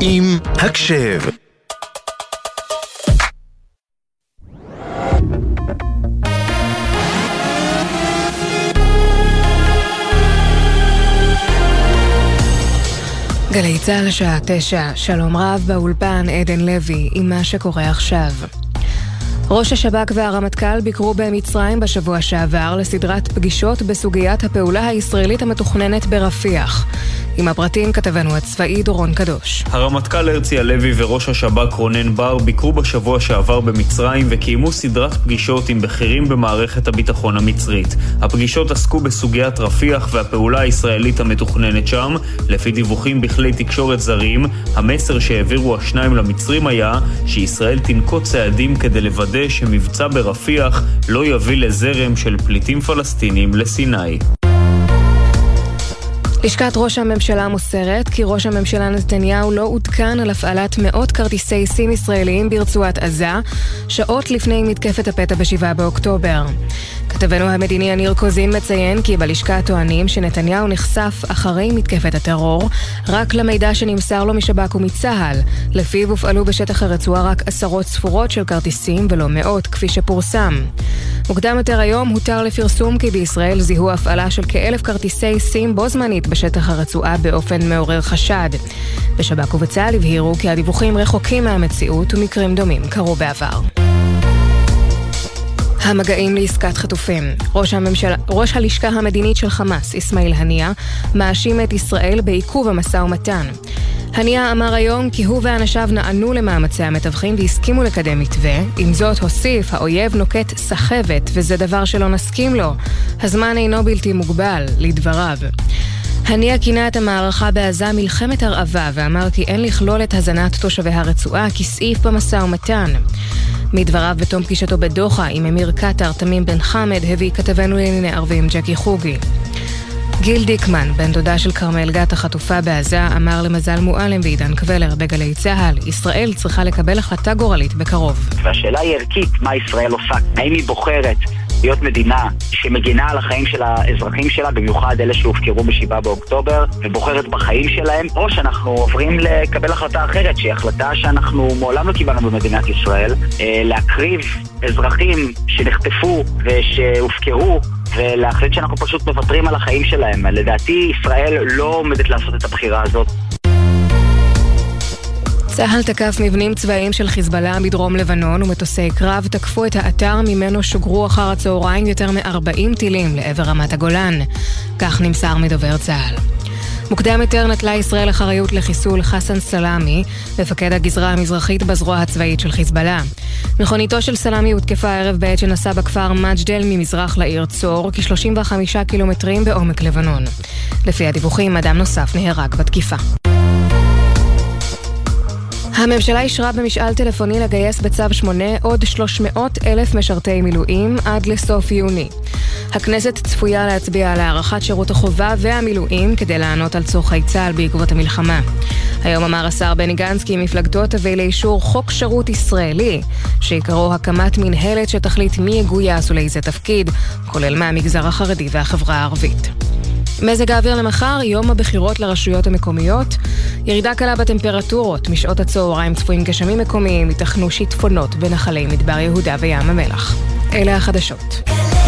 עם הקשב. גלי צהל השעה 9, שלום רב באולפן עדן לוי עם מה שקורה עכשיו. ראש השב"כ והרמטכ"ל ביקרו במצרים בשבוע שעבר לסדרת פגישות בסוגיית הפעולה הישראלית המתוכננת ברפיח. עם הפרטים כתבנו הצבאי דורון קדוש. הרמטכ"ל הרצי הלוי וראש השב"כ רונן בר ביקרו בשבוע שעבר במצרים וקיימו סדרת פגישות עם בכירים במערכת הביטחון המצרית. הפגישות עסקו בסוגיית רפיח והפעולה הישראלית המתוכננת שם. לפי דיווחים בכלי תקשורת זרים, המסר שהעבירו השניים למצרים היה שישראל תנקוט צעדים כדי לוודא שמבצע ברפיח לא יביא לזרם של פליטים פלסטינים לסיני. לשכת ראש הממשלה מוסרת כי ראש הממשלה נתניהו לא עודכן על הפעלת מאות כרטיסי סים ישראליים ברצועת עזה, שעות לפני מתקפת הפתע ב7 באוקטובר. כתבנו המדיני יניר קוזין מציין כי בלשכה טוענים שנתניהו נחשף אחרי מתקפת הטרור רק למידע שנמסר לו משב"כ ומצה"ל, לפיו הופעלו בשטח הרצועה רק עשרות ספורות של כרטיסים ולא מאות כפי שפורסם. מוקדם יותר היום הותר לפרסום כי בישראל זיהו הפעלה של כ1,000 כרטיסי סים בו זמנית בשטח הרצועה באופן מעורר חשד. בשב"כ ובצה"ל הבהירו כי הדיווחים רחוקים מהמציאות ומקרים דומים קרו בעבר. המגעים לעסקת חטופים. ראש הלשכה המדינית של חמאס, אסמאעיל הנייה, מאשים את ישראל בעיכוב המשא ומתן. הנייה אמר היום כי הוא ואנשיו נענו למאמצי המתווכים והסכימו לקדם מתווה. עם זאת הוסיף, האויב נוקט סחבת וזה דבר שלא נסכים לו. הזמן אינו בלתי מוגבל, לדבריו. הנייה כינה את המערכה בעזה מלחמת הרעבה ואמר כי אין לכלול את הזנת תושבי הרצועה כסעיף במשא ומתן. מדבריו בתום פגישתו בדוחה עם אמיר קטר תמים בן חמד הביא כתבנו לענייני ערבים ג'קי חוגי. גיל דיקמן, בן דודה של כרמל גת החטופה בעזה, אמר למזל מועלם ועידן קבלר בגלי צהל, ישראל צריכה לקבל החלטה גורלית בקרוב. והשאלה היא ערכית, מה ישראל עושה? האם היא בוחרת להיות מדינה שמגינה על החיים של האזרחים שלה, במיוחד אלה שהופקרו ב7 באוקטובר, ובוחרת בחיים שלהם, או שאנחנו עוברים לקבל החלטה אחרת, שהיא החלטה שאנחנו מעולם לא קיבלנו במדינת ישראל, להקריב אזרחים שנחטפו ושהופקרו, ולהחליט שאנחנו פשוט מוותרים על החיים שלהם. לדעתי ישראל לא עומדת לעשות את הבחירה הזאת. צה"ל תקף מבנים צבאיים של חיזבאללה בדרום לבנון ומטוסי קרב תקפו את האתר ממנו שוגרו אחר הצהריים יותר מ-40 טילים לעבר רמת הגולן. כך נמסר מדובר צה"ל. מוקדם יותר נטלה ישראל אחריות לחיסול חסן סלאמי, מפקד הגזרה המזרחית בזרוע הצבאית של חיזבאללה. מכוניתו של סלאמי הותקפה הערב בעת שנסע בכפר מג'דל ממזרח לעיר צור, כ-35 קילומטרים בעומק לבנון. לפי הדיווחים, אדם נוסף נהרג בתקיפה. הממשלה אישרה במשאל טלפוני לגייס בצו 8 עוד 300,000 משרתי מילואים עד לסוף יוני. הכנסת צפויה להצביע על הארכת שירות החובה והמילואים כדי לענות על צורכי צה"ל בעקבות המלחמה. היום אמר השר בני גנץ כי מפלגתו תביא לאישור חוק שירות ישראלי, שעיקרו הקמת מנהלת שתחליט מי יגויס ולאיזה תפקיד, כולל מהמגזר החרדי והחברה הערבית. מזג האוויר למחר, יום הבחירות לרשויות המקומיות, ירידה קלה בטמפרטורות, משעות הצהריים צפויים גשמים מקומיים, ייתכנו שיטפונות בנחלי מדבר יהודה וים המלח. אלה החדשות.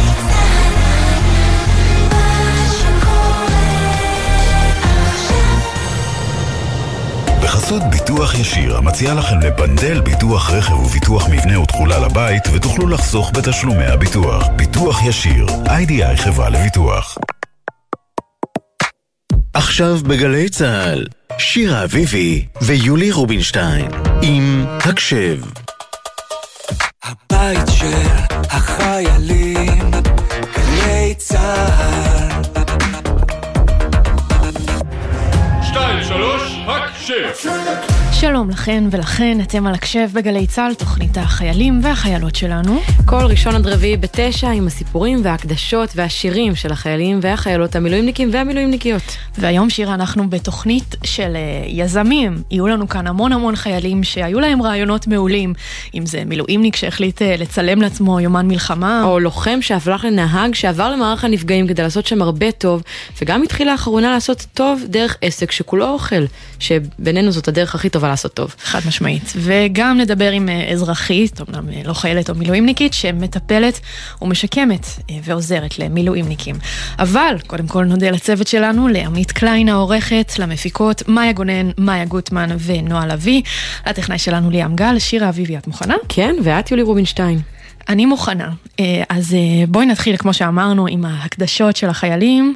בחסות ביטוח ישיר, המציע לכם לפנדל ביטוח רכב וביטוח מבנה ותכולה לבית, ותוכלו לחסוך בתשלומי הביטוח. ביטוח ישיר, IDI חברה לביטוח. עכשיו בגלי צהל, שירה אביבי ויולי רובינשטיין עם הקשב. הבית של החיילים, גלי צהל. 2, 3, הקשב. שלום לכן ולכן, אתם על הקשב בגלי צהל, תוכנית החיילים והחיילות שלנו. כל ראשון עד רביעי ב9 עם הסיפורים וההקדשות והשירים של החיילים והחיילות, המילואימניקים והמילואימניקיות. והיום שירה אנחנו בתוכנית של יזמים. יהיו לנו כאן המון חיילים שהיו להם רעיונות מעולים, אם זה מילואימניק שהחליט לצלם לעצמו יומן מלחמה, או לוחם שהפך לנהג שעבר למערך הנפגעים כדי לעשות שם הרבה טוב, וגם התחילה האחרונה לעשות טוב דרך עסק שכולו אוכל, שבינינו זאת הדרך הכי טובה טובה לעשות טוב. חד משמעית. וגם נדבר עם אזרחית, אומנם לא חיילת או מילואימניקית, שמטפלת ומשקמת ועוזרת למילואימניקים. אבל קודם כל נודה לצוות שלנו, לעמית קליין העורכת, למפיקות מאיה גונן, מאיה גוטמן ונועה לוי, לטכנאי שלנו ליאם גל. שירה אביבי, את מוכנה? כן, ואת יולי רובינשטיין. אני מוכנה. אז בואי נתחיל, כמו שאמרנו, עם ההקדשות של החיילים.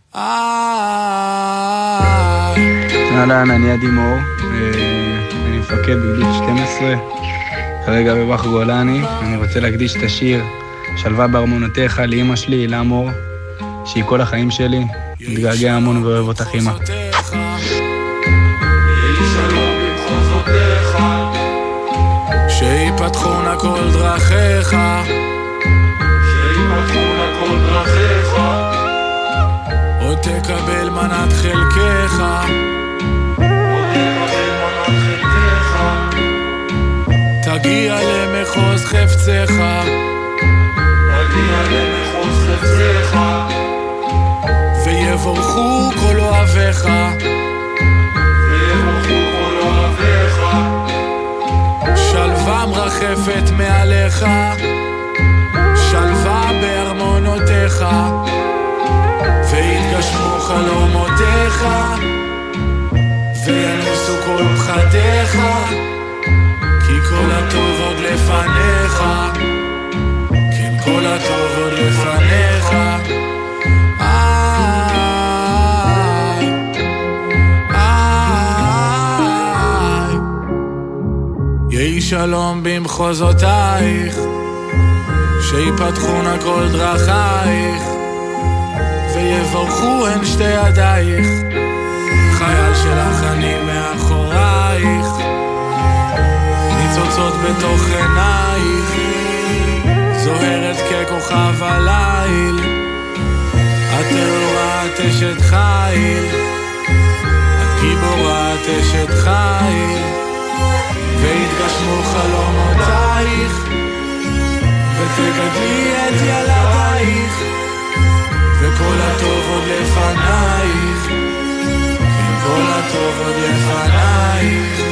אהלן, אני עדי מור, אני מפקד בגדוד 12, כרגע בבח גולני. אני רוצה להקדיש את השיר שלווה בארמונותיך לאמא שלי, הילה מור, שהיא כל החיים שלי, מתגעגע המון ואוהב אותך אמא. שיפתחו נא כל דרכיך, שיפתחו נא כל דרכיך, עוד תקבל מנת חלקך, עוד תקבל מנת חלקך, תגיע למחוז חפצך, תגיע למחוז חפצך, ויבורכו כל אוהביך, ויבורכו כל אוהביך, שלווה מרחפת מעליך, שלווה בארמונותיך, ויתגשמו חלומותיך, וינוסו כל פחדיך, כי כל הטוב עוד לפניך, כן כל הטוב עוד לפניך. יהי שלום במחוזותייך, שיפתחו נא כל דרכייך, ויברכו הן שתי ידייך, חייל שלך אני מאחורייך, ניצוצות בתוך עינייך, זוהרת ככוכב הליל, את טהורה את אשת חיל, את גיבורה את אשת חיל, והתגשמו חלומותייך, ותגדלי את ילדייך, וכל הטוב עוד לפנייך, כן כל הטוב עוד לפנייך.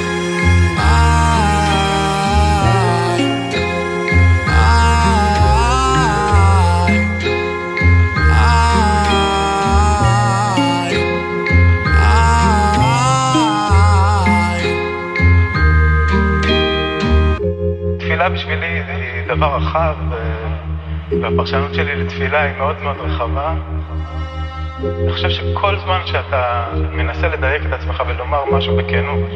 תפילה בשבילי היא דבר רחב, והפרשנות שלי לתפילה היא מאוד מאוד רחבה. אני חושב שכל זמן שאתה מנסה לדייק את עצמך ולומר משהו בכנות,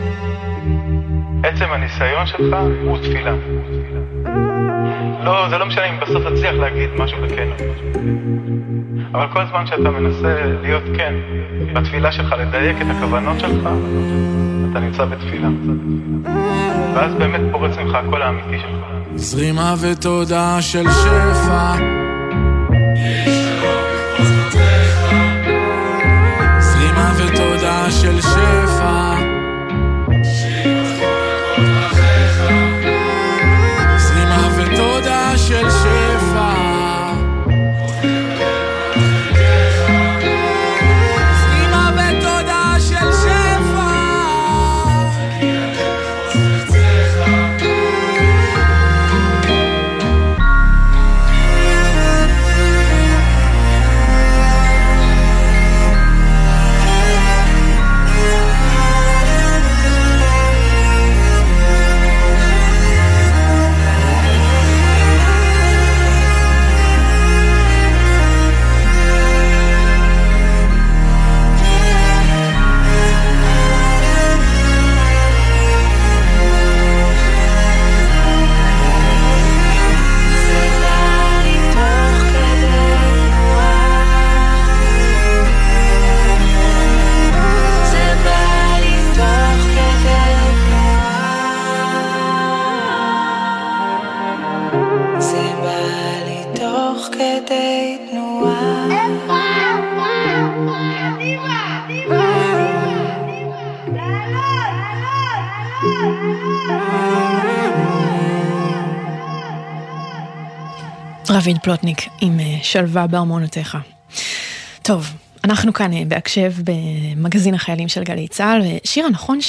עצם הניסיון שלך הוא תפילה. לא, זה לא משנה אם בסוף תצליח להגיד משהו בכנות, אבל כל זמן שאתה מנסה להיות כן בתפילה שלך, לדייק את הכוונות שלך, אתה נמצא בתפילה, ואז באמת פורץ ממך הכל האמיתי שלך. זרימה ותודה של שפע, זרימה ותודה של שפע, זרימה ותודה של שפע, זרימה ותודה של שפע, רביד פלוטניק עם שלווה בארמונותיך. טוב, אנחנו כאן בהקשב במגזין החיילים של גלי צהל, ושירה, נכון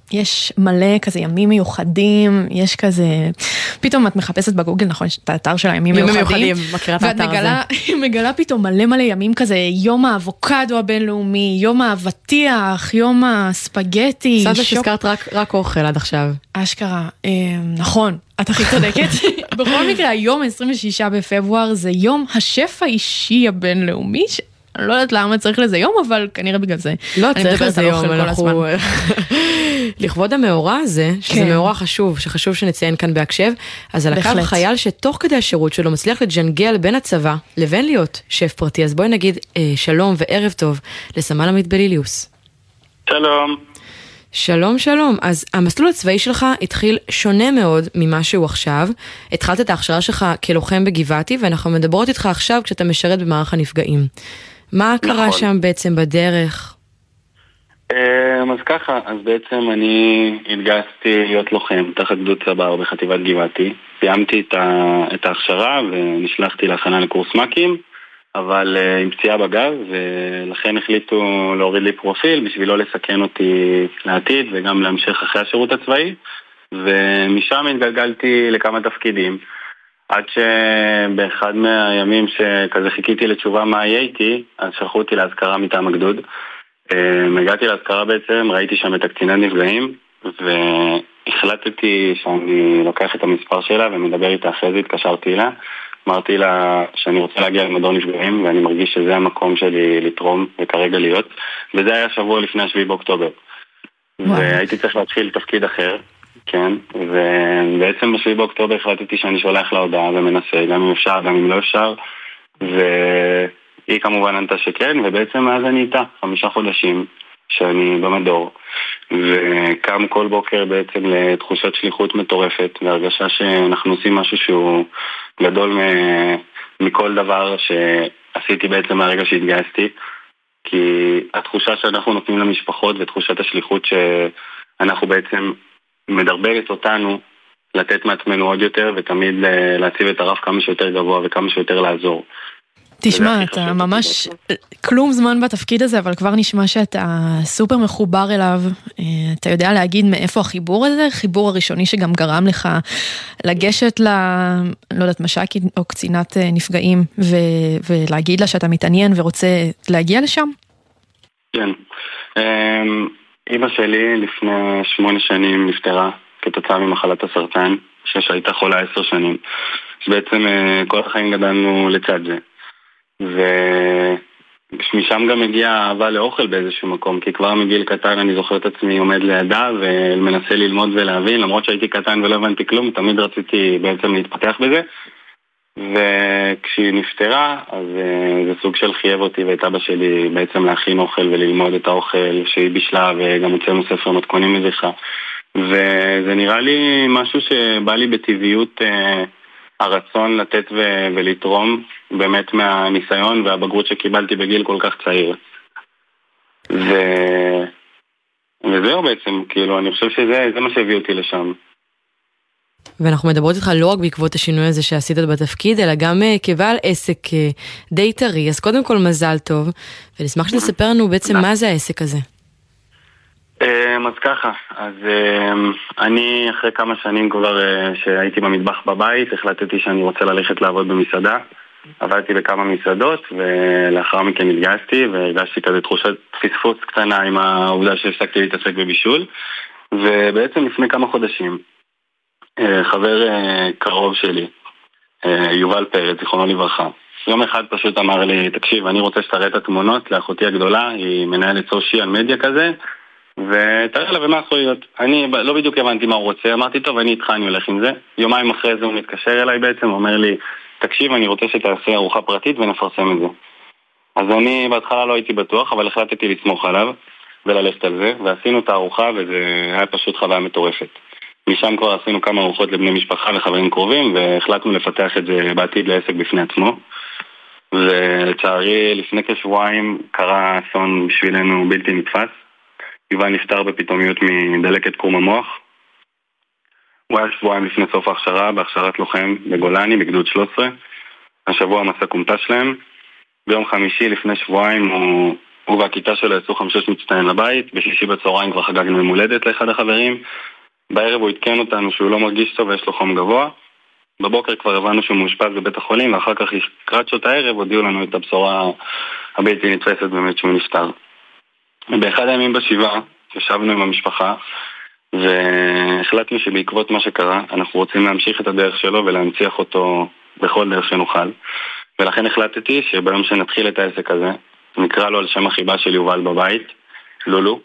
יש מלא כזה ימים מיוחדים, יש כזה, פתאום את מחפשת בגוגל, נכון, את האתר של הימים מיוחדים, ואת מגלה פתאום מלא ימים כזה, יום האבוקדו הבינלאומי, יום האבטיח, יום הספגטי. סתם שהזכרת רק אוכל עד עכשיו. אשכרה, נכון, את הכי צודקת. בכל מקרה, היום 26 בפברואר זה יום השף האישי הבינלאומי, אני לא יודעת למה צריך לזה יום, אבל כנראה בגלל זה. לא צריך לזה יום, אנחנו... לכבוד המאורע הזה, שזה מאורע חשוב, שחשוב שנציין כאן בהקשב, אז על הקו חייל שתוך כדי השירות שלו מצליח לג'נגל בין הצבא לבין להיות שף פרטי, אז בואי נגיד שלום וערב טוב לסמל עמית בליליוס. שלום. שלום. אז המסלול הצבאי שלך התחיל שונה מאוד ממה שהוא עכשיו. התחלת את ההכשרה שלך כלוחם בגבעתי, ואנחנו מדברות איתך עכשיו כשאתה משרת במערך הנפגעים. מה קרה שם בעצם בדרך? אז ככה, אז בעצם אני התגייסתי להיות לוחם תחת גדוד צבר בחטיבת גבעתי. סיימתי את ההכשרה ונשלחתי להכנה לקורס מקים, אבל עם פציעה בגב, ולכן החליטו להוריד לי פרופיל בשביל לא לסכן אותי לעתיד וגם להמשיך אחרי השירות הצבאי, ומשם התגלגלתי לכמה תפקידים. עד שבאחד מהימים שכזה חיכיתי לתשובה מה יהיה איתי, אז שלחו אותי להזכרה מטעם הגדוד. הגעתי להזכרה בעצם, ראיתי שם את הקצינת נפגעים, והחלטתי שאני לוקח את המספר שלה ומדבר איתה אחרי זה, התקשרתי לה, אמרתי לה שאני רוצה להגיע למדור נפגעים, ואני מרגיש שזה המקום שלי לתרום וכרגע להיות, וזה היה שבוע לפני 7 באוקטובר. והייתי צריך להתחיל תפקיד אחר. כן, ובעצם ב7 באוקטובר החלטתי שאני שולח לה הודעה ומנסה, גם אם אפשר, גם אם לא אפשר, והיא כמובן ענתה שכן, ובעצם מאז אני איתה 5 חודשים שאני במדור, וקם כל בוקר בעצם לתחושת שליחות מטורפת, והרגשה שאנחנו עושים משהו שהוא גדול מכל דבר שעשיתי בעצם מהרגע שהתגייסתי, כי התחושה שאנחנו נותנים למשפחות ותחושת השליחות שאנחנו בעצם מדרברת אותנו לתת מעצמנו עוד יותר, ותמיד להציב את הרף כמה שיותר גבוה וכמה שיותר לעזור. תשמע, אתה ממש כלום זמן בתפקיד הזה, אבל כבר נשמע שאתה סופר מחובר אליו. אתה יודע להגיד מאיפה החיבור הזה? חיבור הראשוני שגם גרם לך לגשת לא יודעת, מש"קית או קצינת נפגעים, ולהגיד לה שאתה מתעניין ורוצה להגיע לשם? כן. אמא שלי לפני 8 שנים נפטרה כתוצאה ממחלת הסרטן, שהייתה חולה 10 שנים. אז בעצם כל החיים גדלנו לצד זה. ומשם גם הגיעה אהבה לאוכל באיזשהו מקום, כי כבר מגיל קטן אני זוכר את עצמי עומד לידה ומנסה ללמוד ולהבין, למרות שהייתי קטן ולא הבנתי כלום, תמיד רציתי בעצם להתפתח בזה. וכשהיא נפטרה, אז זה סוג של חייב אותי ואת אבא שלי בעצם להכין אוכל וללמוד את האוכל שהיא בשלה, וגם הוצאנו ספר מתכונים לזכרה. וזה נראה לי משהו שבא לי בטבעיות הרצון לתת ולתרום באמת מהניסיון והבגרות שקיבלתי בגיל כל כך צעיר. וזהו בעצם, כאילו, אני חושב שזה מה שהביא אותי לשם. ואנחנו מדברות איתך לא רק בעקבות השינוי הזה שעשית בתפקיד, אלא גם כבעל עסק די טרי. אז קודם כל מזל טוב, ונשמח שתספר לנו בעצם מה זה העסק הזה. אז ככה, אז אני אחרי כמה שנים כבר שהייתי במטבח בבית, החלטתי שאני רוצה ללכת לעבוד במסעדה. עבדתי בכמה מסעדות, ולאחר מכן התגייסתי, והרגשתי כזה תחושת פספוס קטנה עם העובדה שהפסקתי להתעסק בבישול. ובעצם לפני כמה חודשים, חבר קרוב שלי, יובל פרץ, זיכרונו לברכה, יום אחד פשוט אמר לי, תקשיב, אני רוצה שתראה את התמונות לאחותי הגדולה, היא מנהלת סושיאל מדיה כזה, ותראה לה ומה הזכויות. אני לא בדיוק הבנתי מה הוא רוצה, אמרתי, טוב, אני איתך, אני הולך עם זה. יומיים אחרי זה הוא מתקשר אליי בעצם, אומר לי, תקשיב, אני רוצה שתעשה ארוחה פרטית ונפרסם את זה. אז אני בהתחלה לא הייתי בטוח, אבל החלטתי לסמוך עליו וללכת על זה, ועשינו את הארוחה, וזה היה פשוט חוויה מטורפת. משם כבר עשינו כמה ארוחות לבני משפחה וחברים קרובים, והחלטנו לפתח את זה בעתיד לעסק בפני עצמו. ולצערי, לפני כשבועיים קרה אסון בשבילנו בלתי נתפס. יובל נפטר בפתאומיות מדלקת קרום המוח. הוא היה שבועיים לפני סוף ההכשרה, בהכשרת לוחם בגולני, בגדוד 13. השבוע מסע קומטה שלהם. ביום חמישי לפני שבועיים הוא הוא והכיתה שלו יצאו 5 מצטיין לבית, בשישי בצהריים כבר חגגנו יום הולדת לאחד החברים, בערב הוא התקן אותנו שהוא לא מרגיש טוב ויש לו חום גבוה, בבוקר כבר הבנו שהוא מאושפז בבית החולים, ואחר כך לקראת שעות הערב הודיעו לנו את הבשורה הבלתי נתפסת באמת שהוא נפטר. באחד הימים בשבעה ישבנו עם המשפחה, והחלטנו שבעקבות מה שקרה אנחנו רוצים להמשיך את הדרך שלו ולהנציח אותו בכל דרך שנוכל, ולכן החלטתי שביום שנתחיל את העסק הזה נקרא לו על שם החיבה של יובל בבית, לולו,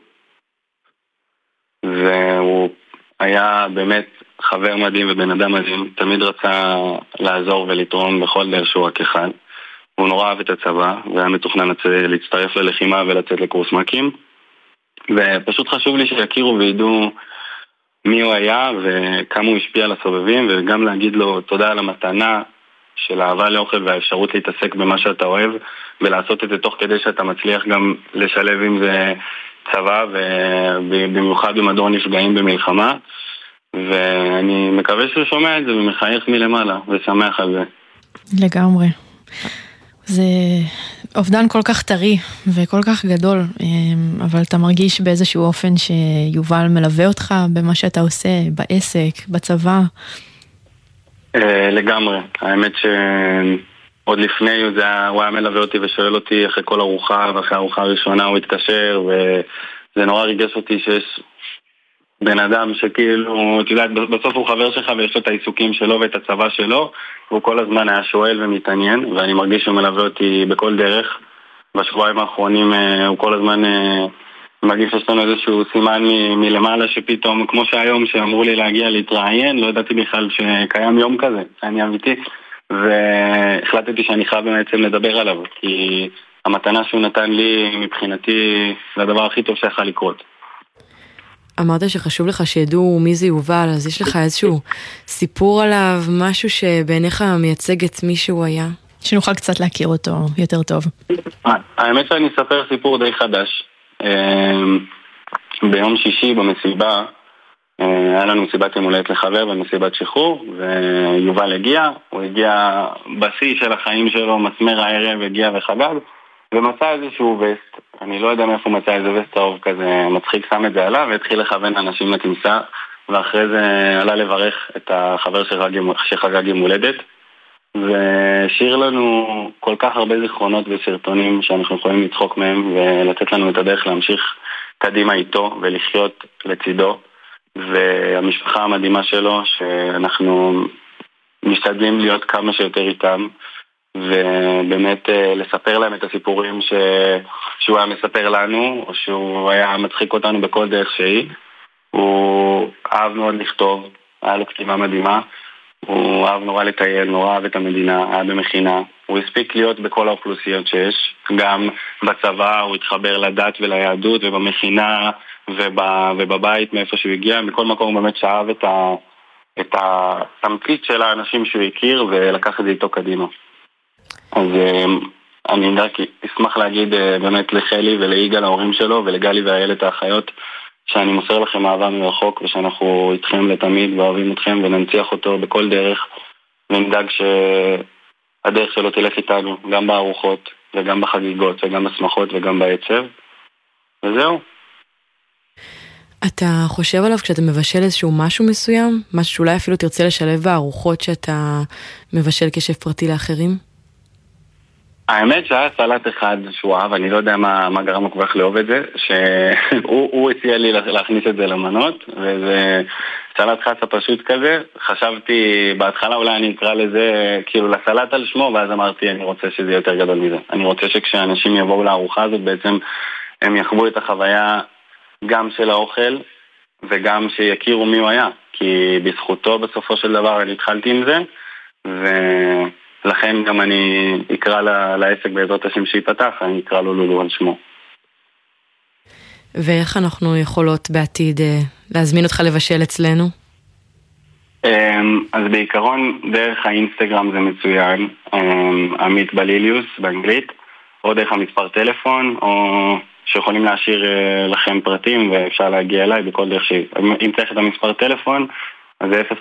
והוא היה באמת חבר מדהים ובן אדם מדהים, תמיד רצה לעזור ולתרום בכל דרך שהוא רק אחד. הוא נורא אהב את הצבא והיה מתוכנן להצטרף ללחימה ולצאת לקורס מקים, ופשוט חשוב לי שיכירו וידעו מי הוא היה וכמה הוא השפיע על הסובבים, וגם להגיד לו תודה על המתנה של אהבה לאוכל והאפשרות להתעסק במה שאתה אוהב ולעשות את זה תוך כדי שאתה מצליח גם לשלב עם זה צבא, ובמיוחד במדור נפגעים במלחמה, ואני מקווה שהוא שומע את זה ומחייך מלמעלה ושמח על זה. לגמרי. זה אובדן כל כך טרי וכל כך גדול, אבל אתה מרגיש באיזשהו אופן שיובל מלווה אותך במה שאתה עושה, בעסק, בצבא? לגמרי. האמת שעוד לפני הוא היה מלווה אותי ושואל אותי אחרי כל ארוחה, ואחרי הארוחה הראשונה הוא התקשר, וזה נורא ריגש אותי שיש בן אדם שכאילו, אתה יודע, בסוף הוא חבר שלך ויש לו את העיסוקים שלו ואת הצבא שלו, והוא כל הזמן היה שואל ומתעניין, ואני מרגיש שהוא מלווה אותי בכל דרך. בשבועיים האחרונים הוא כל הזמן מרגיש שיש לנו איזשהו סימן מלמעלה, שפתאום, כמו שהיום שאמרו לי להגיע להתראיין, לא ידעתי בכלל שקיים יום כזה, אני אמיתי, והחלטתי שאני חייב בעצם לדבר עליו, כי המתנה שהוא נתן לי מבחינתי זה הדבר הכי טוב שיכול לקרות. אמרת שחשוב לך שידעו מי זה יובל, אז יש לך איזשהו סיפור עליו, משהו שבעיניך מייצג את מי שהוא היה? שנוכל קצת להכיר אותו יותר טוב. האמת שאני אספר סיפור די חדש. ביום שישי במסיבה, היה לנו מסיבת יום הולדת לחבר ומסיבת שחרור, ויובל הגיע, הוא הגיע בשיא של החיים שלו, מסמר הערב, הגיע וחגג, ומצא איזשהו וסט, אני לא יודע מאיפה מצא איזה וסט צהוב כזה מצחיק, שם את זה עליו והתחיל לכוון אנשים לכניסה, ואחרי זה עלה לברך את החבר שחגג יום הולדת, ושיר לנו כל כך הרבה זיכרונות וסרטונים שאנחנו יכולים לצחוק מהם ולתת לנו את הדרך להמשיך קדימה איתו ולחיות לצידו, והמשפחה המדהימה שלו שאנחנו משתדלים להיות כמה שיותר איתם ובאמת לספר להם את הסיפורים שהוא היה מספר לנו, או שהוא היה מצחיק אותנו בכל דרך שהיא. הוא אהב מאוד לכתוב, היה לו כתיבה מדהימה, הוא אהב נורא לטייל, נורא אהב את המדינה, היה במכינה, הוא הספיק להיות בכל האוכלוסיות שיש, גם בצבא הוא התחבר לדת וליהדות, ובמכינה ובבית מאיפה שהוא הגיע, מכל מקום הוא באמת שאהב את התמצית של האנשים שהוא הכיר ולקח את זה איתו קדימה. אז אני אשמח להגיד באמת לחלי ולאיגה להורים שלו ולגלי והילד האחיות שאני מוסר לכם אהבה מרחוק ושאנחנו איתכם לתמיד ואוהבים אתכם וננציח אותו בכל דרך ונדאג שהדרך שלו תלך איתנו גם בארוחות וגם בחגיגות וגם בשמחות וגם בעצב, וזהו. אתה חושב עליו כשאתה מבשל איזשהו משהו מסוים? משהו שאולי אפילו תרצה לשלב בארוחות שאתה מבשל כשף פרטי לאחרים? האמת שהיה סלט אחד שהוא אהב, אני לא יודע מה גרם לו כל כך לאהוב את זה, שהוא הציע לי להכניס את זה למנות, וזה סלט חסה פשוט כזה. חשבתי בהתחלה אולי אני אקרא לזה כאילו לסלט על שמו, ואז אמרתי אני רוצה שזה יותר גדול מזה. אני רוצה שכשאנשים יבואו לארוחה הזאת בעצם הם יחוו את החוויה גם של האוכל וגם שיכירו מי הוא היה, כי בזכותו בסופו של דבר אני התחלתי עם זה, ולכן גם אני אקרא לעסק בעזרת השם שיפתח, אני אקרא לו לולו על שמו. ואיך אנחנו יכולות בעתיד להזמין אותך לבשל אצלנו? אז בעיקרון דרך האינסטגרם זה מצוין, עמית בליליוס באנגלית, או דרך המספר טלפון, או שיכולים להשאיר לכם פרטים ואפשר להגיע אליי בכל דרך שהיא. אם צריך את המספר טלפון, אז זה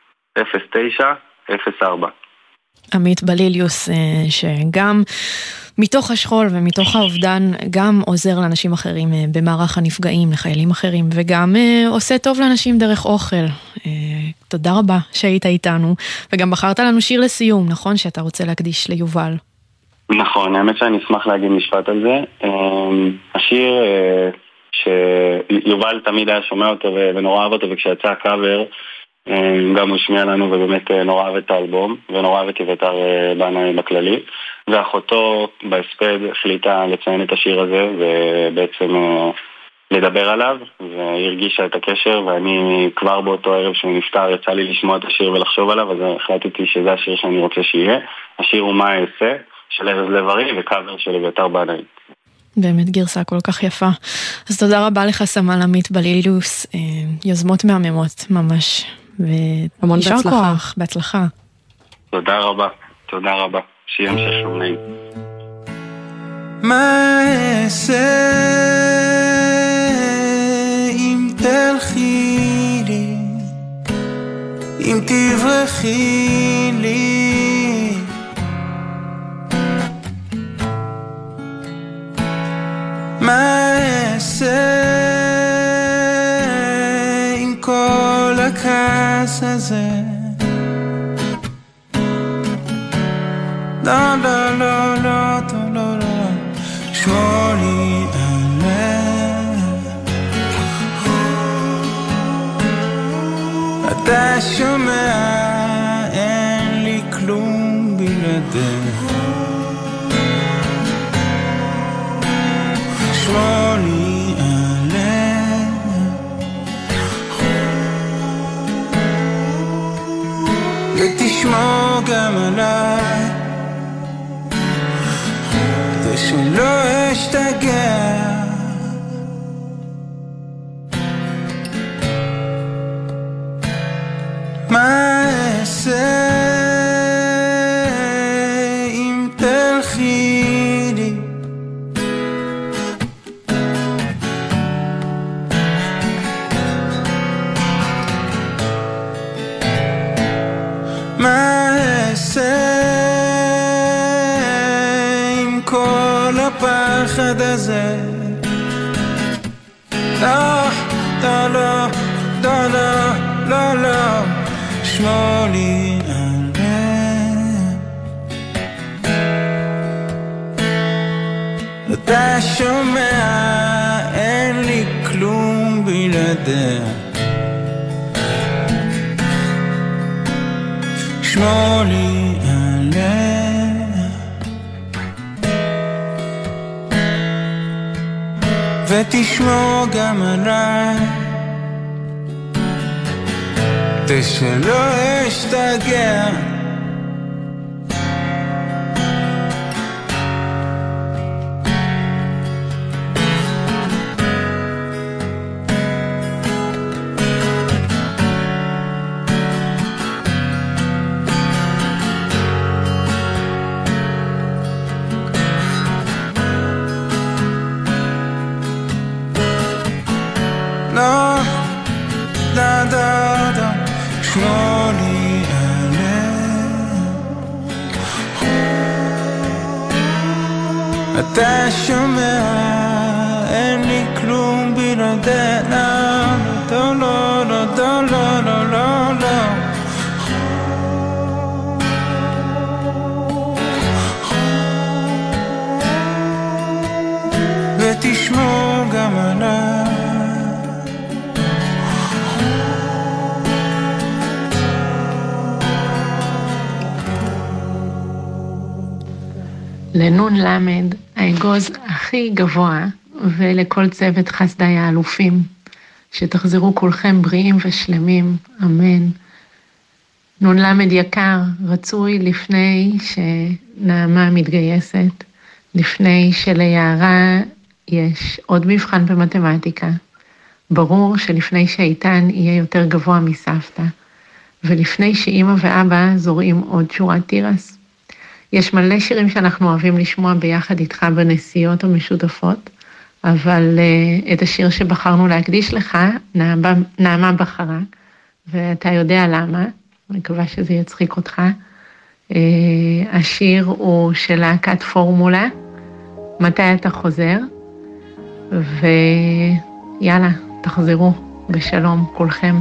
058-460-0904. עמית בליליוס, שגם מתוך השכול ומתוך האובדן גם עוזר לאנשים אחרים במערך הנפגעים, לחיילים אחרים, וגם עושה טוב לאנשים דרך אוכל. תודה רבה שהיית איתנו, וגם בחרת לנו שיר לסיום, נכון? שאתה רוצה להקדיש ליובל. נכון, האמת שאני אשמח להגיד משפט על זה. השיר שיובל תמיד היה שומע אותו ונורא אהב אותו, וכשיצא הקאבר גם הוא השמיע לנו ובאמת נורא אהב את האלבום ונורא אהב את יבטר בנאי בכללי, ואחותו בהספד החליטה לציין את השיר הזה ובעצם לדבר עליו, והיא הרגישה את הקשר, ואני כבר באותו ערב שהוא נפטר יצא לי לשמוע את השיר ולחשוב עליו, אז החלטתי שזה השיר שאני רוצה שיהיה. השיר הוא מה אעשה של ארז לב-ארי וקאבר של יבטר בנאי. באמת גרסה כל כך יפה. אז תודה רבה לך סמל עמית בלילוס, יוזמות מהממות ממש, המון בהצלחה. בהצלחה. תודה רבה, תודה רבה. שיהיה המשך יום נעים. מה אעשה אם תלכי לי, אם תברחי לי, מה אעשה עם כל הכעס הזה, לא לא לא לא לא לא שמור לי עליו, אתה שומע אין לי כלום בלעדיך, שמור לי עליו ותשמור גם עליי כדי שלא אשתגע, מה אעשה אם תלכי לי, מה אעשה עם כל הפחד הזה, לא, לא, לא, לא, לא, לא, לא, שמור לי עליו, אתה שומע אין לי כלום בלעדיה, שמור לי עליה ותשמור גם עליי כדי שלא אשתגע, שמור לי עליה, אתה שומע אין לי כלום בלעדיה, לא לא לא לא לא לא לא לא ותשמור גם עליי, לנון למד, האגוז הכי גבוה, ולכל צוות חסדי האלופים, שתחזרו כולכם בריאים ושלמים, אמן. נון למד יקר, רצוי לפני שנעמה מתגייסת, לפני שליערה יש עוד מבחן במתמטיקה, ברור שלפני שאיתן יהיה יותר גבוה מסבתא, ולפני שאמא ואבא זורעים עוד שורת תירס. יש מלא שירים שאנחנו אוהבים לשמוע ביחד איתך בנסיעות המשותפות, אבל את השיר שבחרנו להקדיש לך, נעמה בחרה, ואתה יודע למה, אני מקווה שזה יצחיק אותך. השיר הוא של להקת פורמולה, מתי אתה חוזר, ויאללה, תחזרו בשלום כולכם.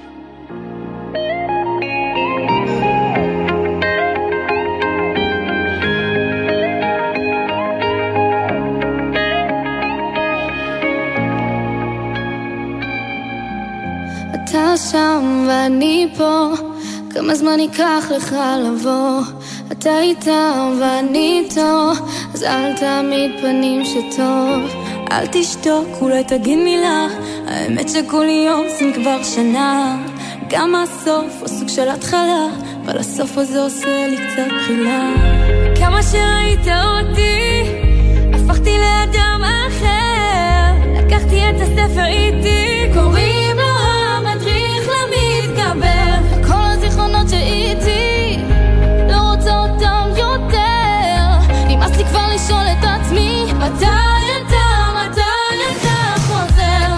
אתה שם ואני פה, כמה זמן ייקח לך לבוא, אתה איתם ואני איתו, אז אל תעמיד פנים שטוב, אל תשתוק, אולי תגיד מילה, האמת שכל יום עושים כבר שנה, גם הסוף הוא סוג של התחלה, אבל הסוף הזה עושה לי קצת בחילה. כמה שראית אותי, הפכתי לאדם אחר, לקחתי את הספר איתי, קוראים לו המדריך למתגבר, כל הזיכרונות שאיתי, לא רוצה אותם יותר, נמאס לי כבר לשאול את עצמי, מתי אתה חוזר?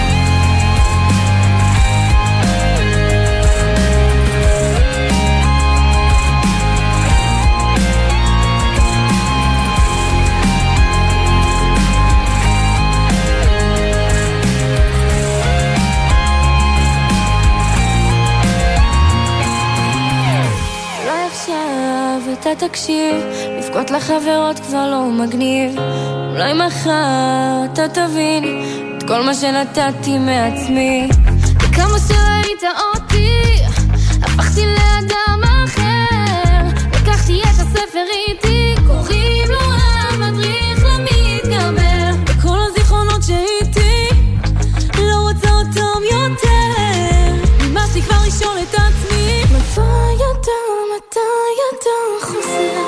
אולי עכשיו אתה תקשיב, לבכות לחברות כבר לא מגניב, אולי מחר אתה תבין את כל מה שנתתי מעצמי, וכמה שראית אותי הפכתי לאדם אחר, לקחתי את הספר איתי, קוראים לו המדריך למתגבר, וכל הזיכרונות שאיתי לא רוצה אותם יותר, נמאס לי כבר לשאול את עצמי, מתי אתה חוזר?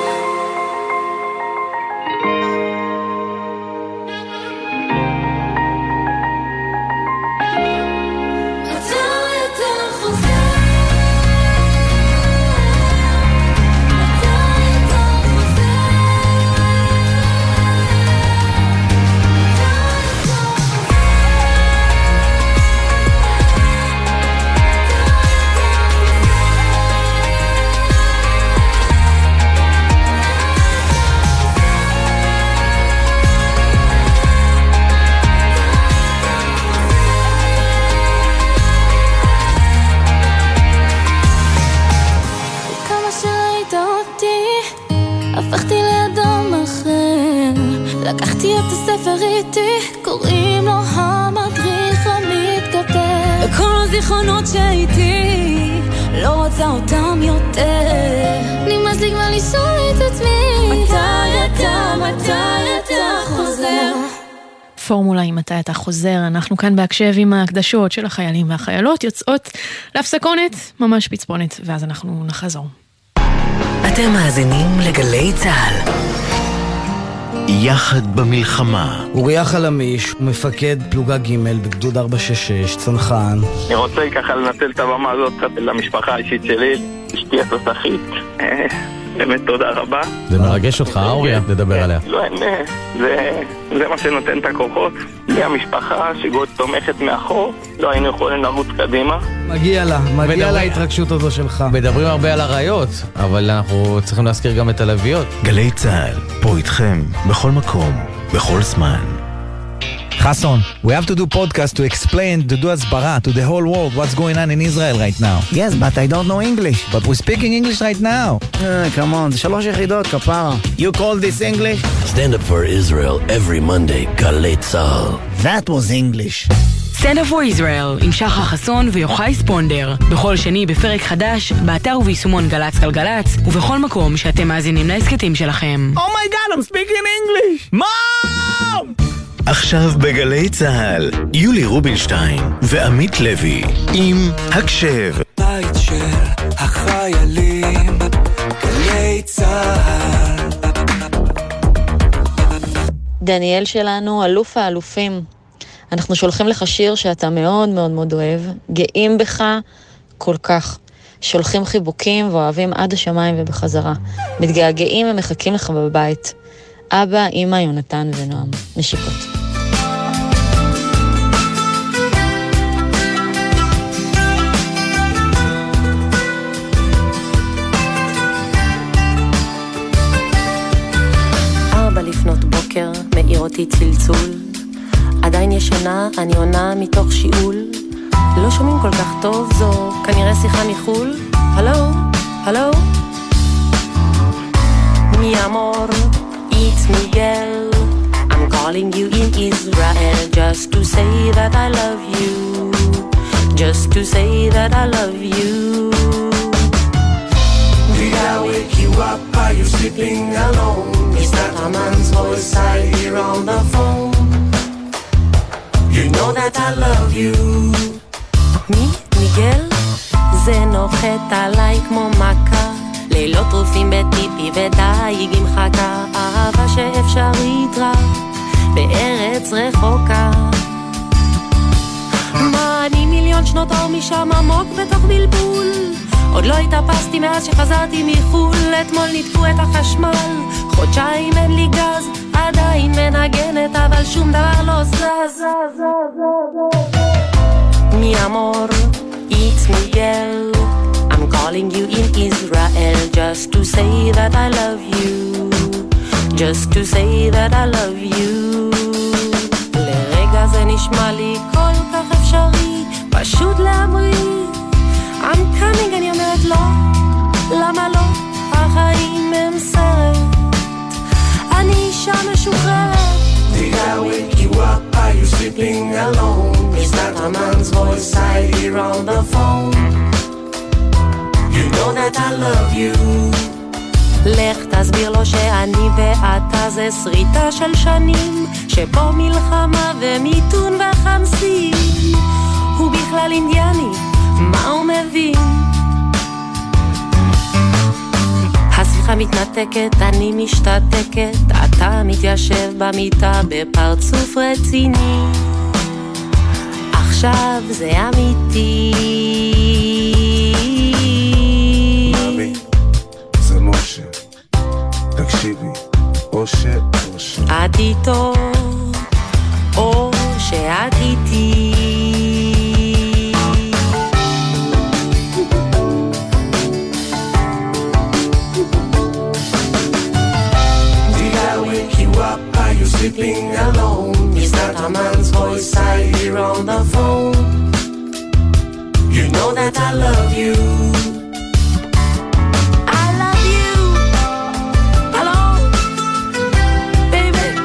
הפכתי לאדם אחר, לקחתי את הספר איתי, קוראים לו המדריך למתגבר, וכל הזיכרונות שהייתי לא רוצה אותם יותר, נמאס לי כבר לשאול את עצמי, מתי אתה חוזר? פורמולה עם מתי אתה חוזר, אנחנו כאן בהקשב עם ההקדשות של החיילים והחיילות, יוצאות להפסקונת, ממש פצפונת, ואז אנחנו נחזור. אתם מאזינים לגלי צהל. יחד במלחמה. אוריה חלמיש הוא מפקד פלוגה ג' בגדוד 466, צנחן. אני רוצה ככה לנצל את הבמה הזאת קצת למשפחה האישית שלי, אשתי התוסחית. באמת תודה רבה. זה מרגש אותך, אוריה, לדבר עליה. לא, זה מה שנותן את הכוחות. היא המשפחה שגוד תומכת מאחור, לא היינו יכולים לרוץ קדימה. מגיע לה ההתרגשות הזו שלך. מדברים הרבה על הרעיות, אבל אנחנו צריכים להזכיר גם את הלוויות. גלי צהל, פה איתכם, בכל מקום, בכל זמן. Hassan, we have to do podcast to explain, to do asbara to the whole world what's going on in Israel right now. Yes, but I don't know English. But we're speaking English right now. Come on, זה 3 יחידות, כפרה. You call this English? Stand up for Israel every Monday, גלי צהל. That was English. Stand up for Israel עם שחר חסון ויוחאי ספונדר. בכל שני בפרק חדש, באתר וביישומון גלץ גלגלץ, ובכל מקום שאתם מאזינים להסכתים שלכם. Oh my God, I'm speaking English! Mom! עכשיו בגלי צהל, יולי רובינשטיין ועמית לוי עם הקשב. בית של החיילים, גלי צהל. דניאל שלנו, אלוף האלופים. אנחנו שולחים לך שיר שאתה מאוד מאוד מאוד אוהב, גאים בך כל כך. שולחים חיבוקים ואוהבים עד השמיים ובחזרה. מתגעגעים ומחכים לך בבית. אבא, אמא, יונתן ונועם. נשיקות. לפנות בוקר אותי צלצול, עדיין ישנה, אני עונה מתוך שיעול, לא שומעים כל כך טוב, זו כנראה שיחה מחול. הלו, הלו, mi amor, it's Miguel, I'm calling you in Israel just to say that I love you, just to say that I love you. Did I wake you up? Are you sleeping alone? Is that a man's voice I hear on the phone? You know that I love you. מי? מיגל? זה נוחת עליי כמו מכה, לילות טרופים בטיפי ודייג עם חכה, אהבה שאפשרית רק בארץ רחוקה. מה אני מיליון שנות אור משם עמוק בתוך בלבול, עוד לא התאפסתי מאז שחזרתי מחול, אתמול ניתקו את החשמל, חודשיים אין לי גז, עדיין מנגנת אבל שום דבר לא זז. Mi amor, it's Miguel, I'm calling you in Israel just to say that I love you, just to say that I love you. לרגע זה נשמע לי כל כך אפשרי, פשוט להמריא, I'm coming, אני אומרת לא, למה לא? החיים הם סרט, אני אישה משוחררת. Did I wake you up? Are you sleeping alone? Is that a man's voice I hear on the phone? You know that I love you. לך תסביר לו שאני ואתה זה שריטה של שנים, שפה מלחמה ומיתון וחמסים, הוא בכלל אינדיאני, מה הוא מבין? השיחה מתנתקת, אני משתתקת, אתה מתיישב במיטה בפרצוף רציני, עכשיו זה אמיתי. מאמי, זה משה, תקשיבי, או ש... את איתו, או שאת איתי. Sleeping alone, is that a man's voice I hear on the phone? You know that I love you. I love you. Hello, baby.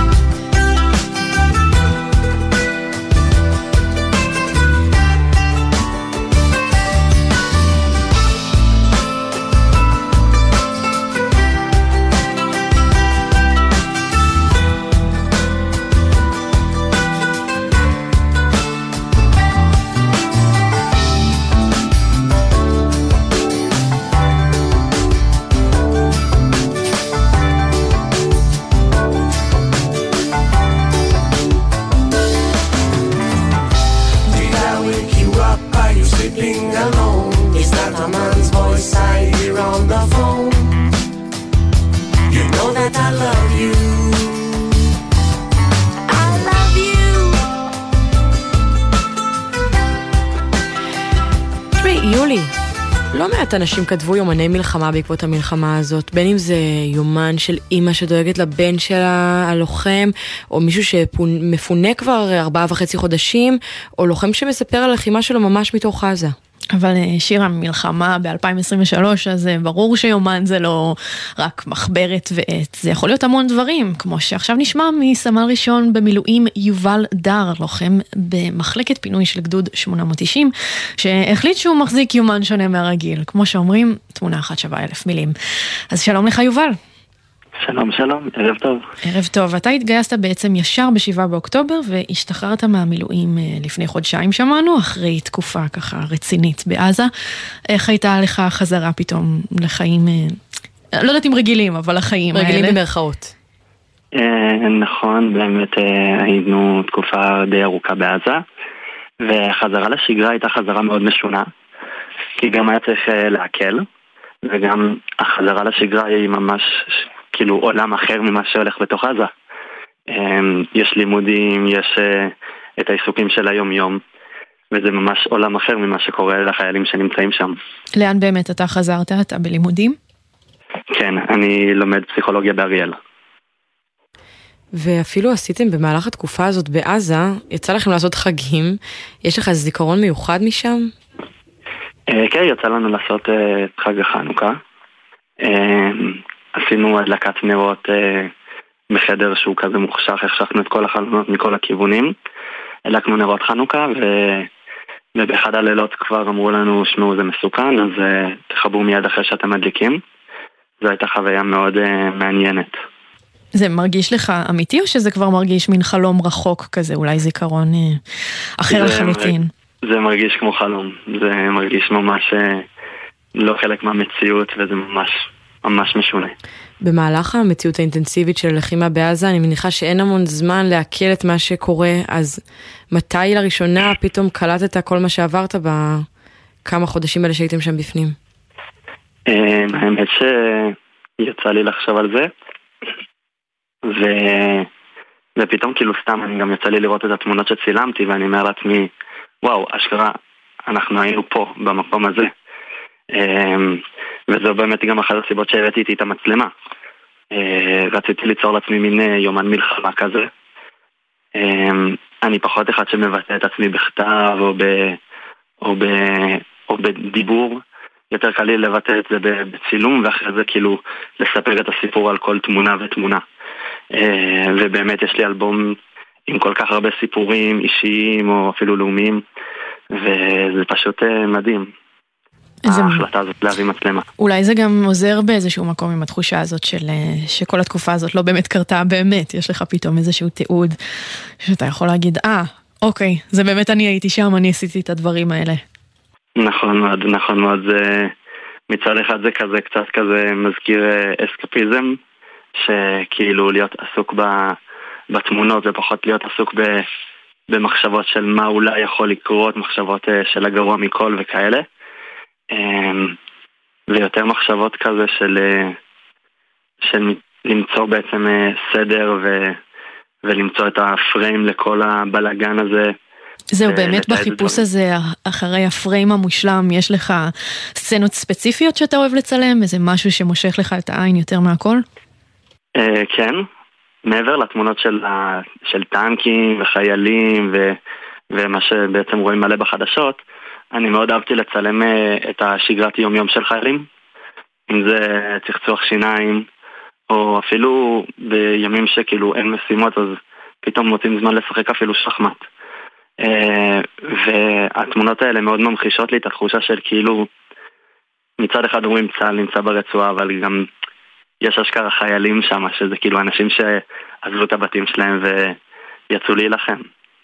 אנשים כתבו יומני מלחמה בעקבות המלחמה הזאת, בין אם זה יומן של אמא שדואגת לבן שלה, הלוחם, או מישהו שמפונה כבר 4.5 חודשים, או לוחם שמספר על הלחימה שלו ממש מתוך עזה. אבל שירה, מלחמה ב-2023, אז ברור שיומן זה לא רק מחברת ועט, זה יכול להיות המון דברים, כמו שעכשיו נשמע מסמל ראשון במילואים יובל דר, לוחם במחלקת פינוי של גדוד 890, שהחליט שהוא מחזיק יומן שונה מהרגיל, כמו שאומרים, תמונה אחת שווה 1,000 מילים. אז שלום לך יובל. שלום, שלום, ערב טוב. ערב טוב, אתה התגייסת בעצם ישר ב7 באוקטובר והשתחררת מהמילואים לפני חודשיים שמענו, אחרי תקופה ככה רצינית בעזה. איך הייתה לך חזרה פתאום לחיים, לא יודעת אם רגילים, אבל החיים האלה? רגילים במרכאות. נכון, באמת היינו תקופה די ארוכה בעזה, והחזרה לשגרה הייתה חזרה מאוד משונה, כי גם היה צריך להקל, וגם החזרה לשגרה היא ממש כאילו עולם אחר ממה שהולך בתוך עזה. יש לימודים, יש את העיסוקים של היום יום, וזה ממש עולם אחר ממה שקורה לחיילים שנמצאים שם. לאן באמת אתה חזרת? אתה בלימודים? כן, אני לומד פסיכולוגיה באריאל. ואפילו עשיתם במהלך התקופה הזאת בעזה, יצא לכם לעשות חגים, יש לך זיכרון מיוחד משם? כן, יצא לנו לעשות חג החנוכה. עשינו הדלקת נרות בחדר שהוא כזה מוחשך, החשכנו את כל החלונות מכל הכיוונים, הדלקנו נרות חנוכה, ובאחד הלילות כבר אמרו לנו, שמעו זה מסוכן, אז תחברו מיד אחרי שאתם מדליקים. זו הייתה חוויה מאוד מעניינת. זה מרגיש לך אמיתי או שזה כבר מרגיש מין חלום רחוק כזה, אולי זיכרון אחר לחלוטין? זה מרגיש כמו חלום, זה מרגיש ממש לא חלק מהמציאות וזה ממש משונה. במהלך המציאות האינטנסיבית של הלחימה בעזה, אני מניחה שאין המון זמן להקל את מה שקורה, אז מתי לראשונה פתאום קלטת כל מה שעברת בכמה חודשים האלה שהייתם שם בפנים? האמת שיצא לי לחשוב על זה, ופתאום כאילו סתם, אני גם יצא לי לראות את התמונות שצילמתי, ואני אומר לעצמי, וואו, אשכרה, אנחנו היינו פה, במקום הזה. וזו באמת גם אחת הסיבות שהבאתי איתי את המצלמה. רציתי ליצור לעצמי מין יומן מלחמה כזה. אני פחות אחד שמבטא את עצמי בכתב או בדיבור. יותר קל לי לבטא את זה בצילום, ואחרי זה כאילו לספר את הסיפור על כל תמונה ותמונה. ובאמת יש לי אלבום עם כל כך הרבה סיפורים אישיים או אפילו לאומיים, וזה פשוט מדהים. ההחלטה הזאת להביא מצלמה. אולי זה גם עוזר באיזשהו מקום עם התחושה הזאת שכל התקופה הזאת לא באמת קרתה באמת. יש לך פתאום איזשהו תיעוד שאתה יכול להגיד, אוקיי, זה באמת אני הייתי שם, אני עשיתי את הדברים האלה. נכון מאוד, נכון מאוד. מצד אחד זה כזה, קצת כזה מזכיר אסקפיזם, שכאילו להיות עסוק בתמונות ופחות להיות עסוק במחשבות של מה אולי יכול לקרות, מחשבות של הגרוע מכל וכאלה. ויותר מחשבות כזה של למצוא בעצם סדר ולמצוא את הפריים לכל הבלגן הזה. זהו, באמת בחיפוש הזה אחרי הפריים המושלם יש לך סצנות ספציפיות שאתה אוהב לצלם? איזה משהו שמושך לך את העין יותר מהכל? כן, מעבר לתמונות של טנקים וחיילים ומה שבעצם רואים מלא בחדשות, אני מאוד אהבתי לצלם את השגרת יום של חיילים, אם זה צחצוח שיניים, או אפילו בימים שכאילו אין משימות, אז פתאום מוצאים זמן לשחק אפילו שחמט. והתמונות האלה מאוד ממחישות לי את התחושה של כאילו, מצד אחד אומרים צה"ל נמצא ברצועה, אבל גם יש אשכרה חיילים שם, שזה כאילו אנשים שעזבו את הבתים שלהם ויצאו להילחם.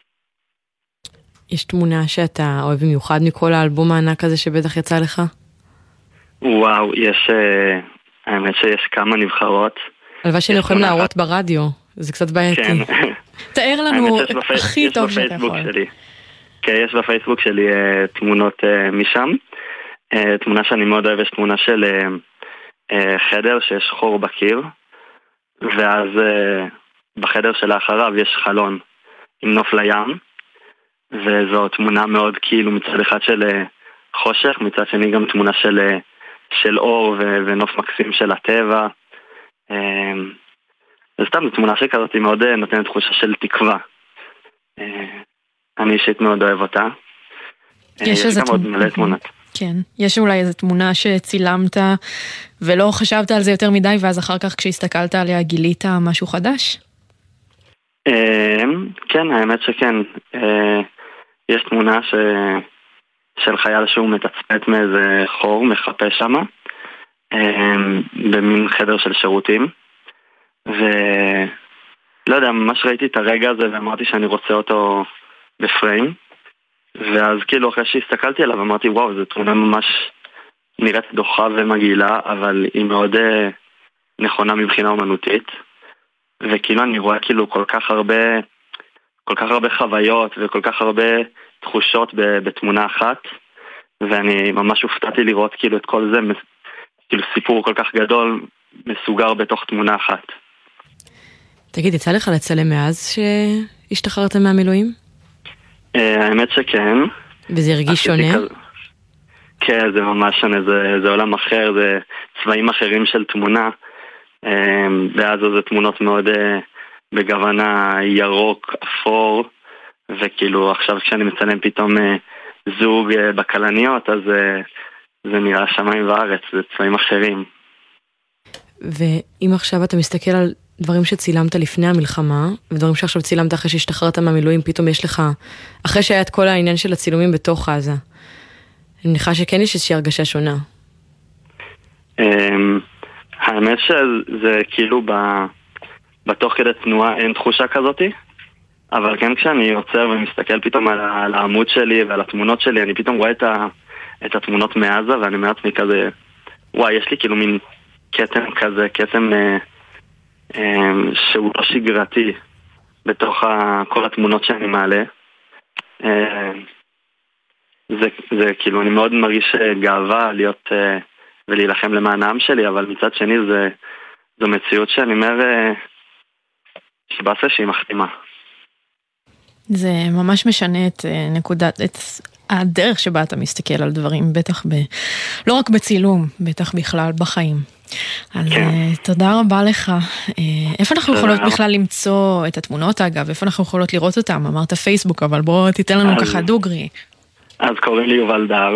יש תמונה שאתה אוהב במיוחד מכל האלבום הענק הזה שבטח יצא לך? וואו, האמת שיש כמה נבחרות. הלוואי שאני יכולים להראות ברדיו, זה קצת בעייתי. כן. תאר לנו הכי טוב שאתה יכול. כן, יש בפייסבוק שלי תמונות משם. תמונה שאני מאוד אוהב, יש תמונה של חדר שיש חור בקיר, ואז בחדר שלאחריו יש חלון עם נוף לים, וזו תמונה מאוד כאילו מצד אחד של חושך, מצד שני גם תמונה של אור ונוף מקסים של הטבע. זה סתם תמונה שכזאת היא מאוד נותנת תחושה של תקווה. אני אישית מאוד אוהב אותה. יש איזה תמונה. כן, יש אולי איזו תמונה שצילמת ולא חשבת על זה יותר מדי, ואז אחר כך כשהסתכלת עליה גילית משהו חדש? כן, האמת שכן. יש תמונה של חייל שהוא מתצפת מאיזה חור, מחפה שמה, במין חדר של שירותים, ולא יודע, ממש ראיתי את הרגע הזה ואמרתי שאני רוצה אותו בפריים, ואז כאילו אחרי שהסתכלתי עליו אמרתי וואו, זו תמונה ממש נראית דוחה ומגעילה, אבל היא מאוד נכונה מבחינה אומנותית, וכאילו אני רואה כאילו כל כך הרבה חוויות וכל כך הרבה תחושות בתמונה אחת, ואני ממש הופתעתי לראות כאילו את כל זה, כאילו סיפור כל כך גדול מסוגר בתוך תמונה אחת. תגיד, יצא לך לצלם מאז שהשתחררת מהמילואים? האמת שכן. וזה הרגיש שונה? כן, זה ממש שונה, זה עולם אחר, זה צבעים אחרים של תמונה, ואז זה תמונות מאוד בגוונה ירוק, אפור, וכאילו עכשיו כשאני מצלם פתאום זוג בקלניות, אז זה נראה שמיים וארץ, זה צבעים אחרים. ואם עכשיו אתה מסתכל על דברים שצילמת לפני המלחמה, ודברים שעכשיו צילמת אחרי שהשתחררת מהמילואים, פתאום יש לך, אחרי שהיה את כל העניין של הצילומים בתוך עזה, אני מניחה שכן יש איזושהי הרגשה שונה. האמת שזה כאילו בתוך כדי תנועה אין תחושה כזאתי, אבל כן כשאני יוצר ומסתכל פתאום על העמוד שלי ועל התמונות שלי, אני פתאום רואה את התמונות מעזה, ואני מעצמי כזה, וואי, יש לי כאילו מין קטם כזה, קטם שהוא לא שגרתי בתוך כל התמונות שאני מעלה. זה כאילו, אני מאוד מרגיש גאווה להיות ולהילחם למען העם שלי, אבל מצד שני זו מציאות שאני אומר שבאסה שהיא מחתימה. זה ממש משנה את הדרך שבה אתה מסתכל על דברים, בטח לא רק בצילום, בטח בכלל בחיים. אז תודה רבה לך. איפה אנחנו יכולות בכלל למצוא את התמונות, אגב? איפה אנחנו יכולות לראות אותם? אמרת פייסבוק, אבל בוא תיתן לנו ככה דוגרי. אז קוראים לי יובל דר,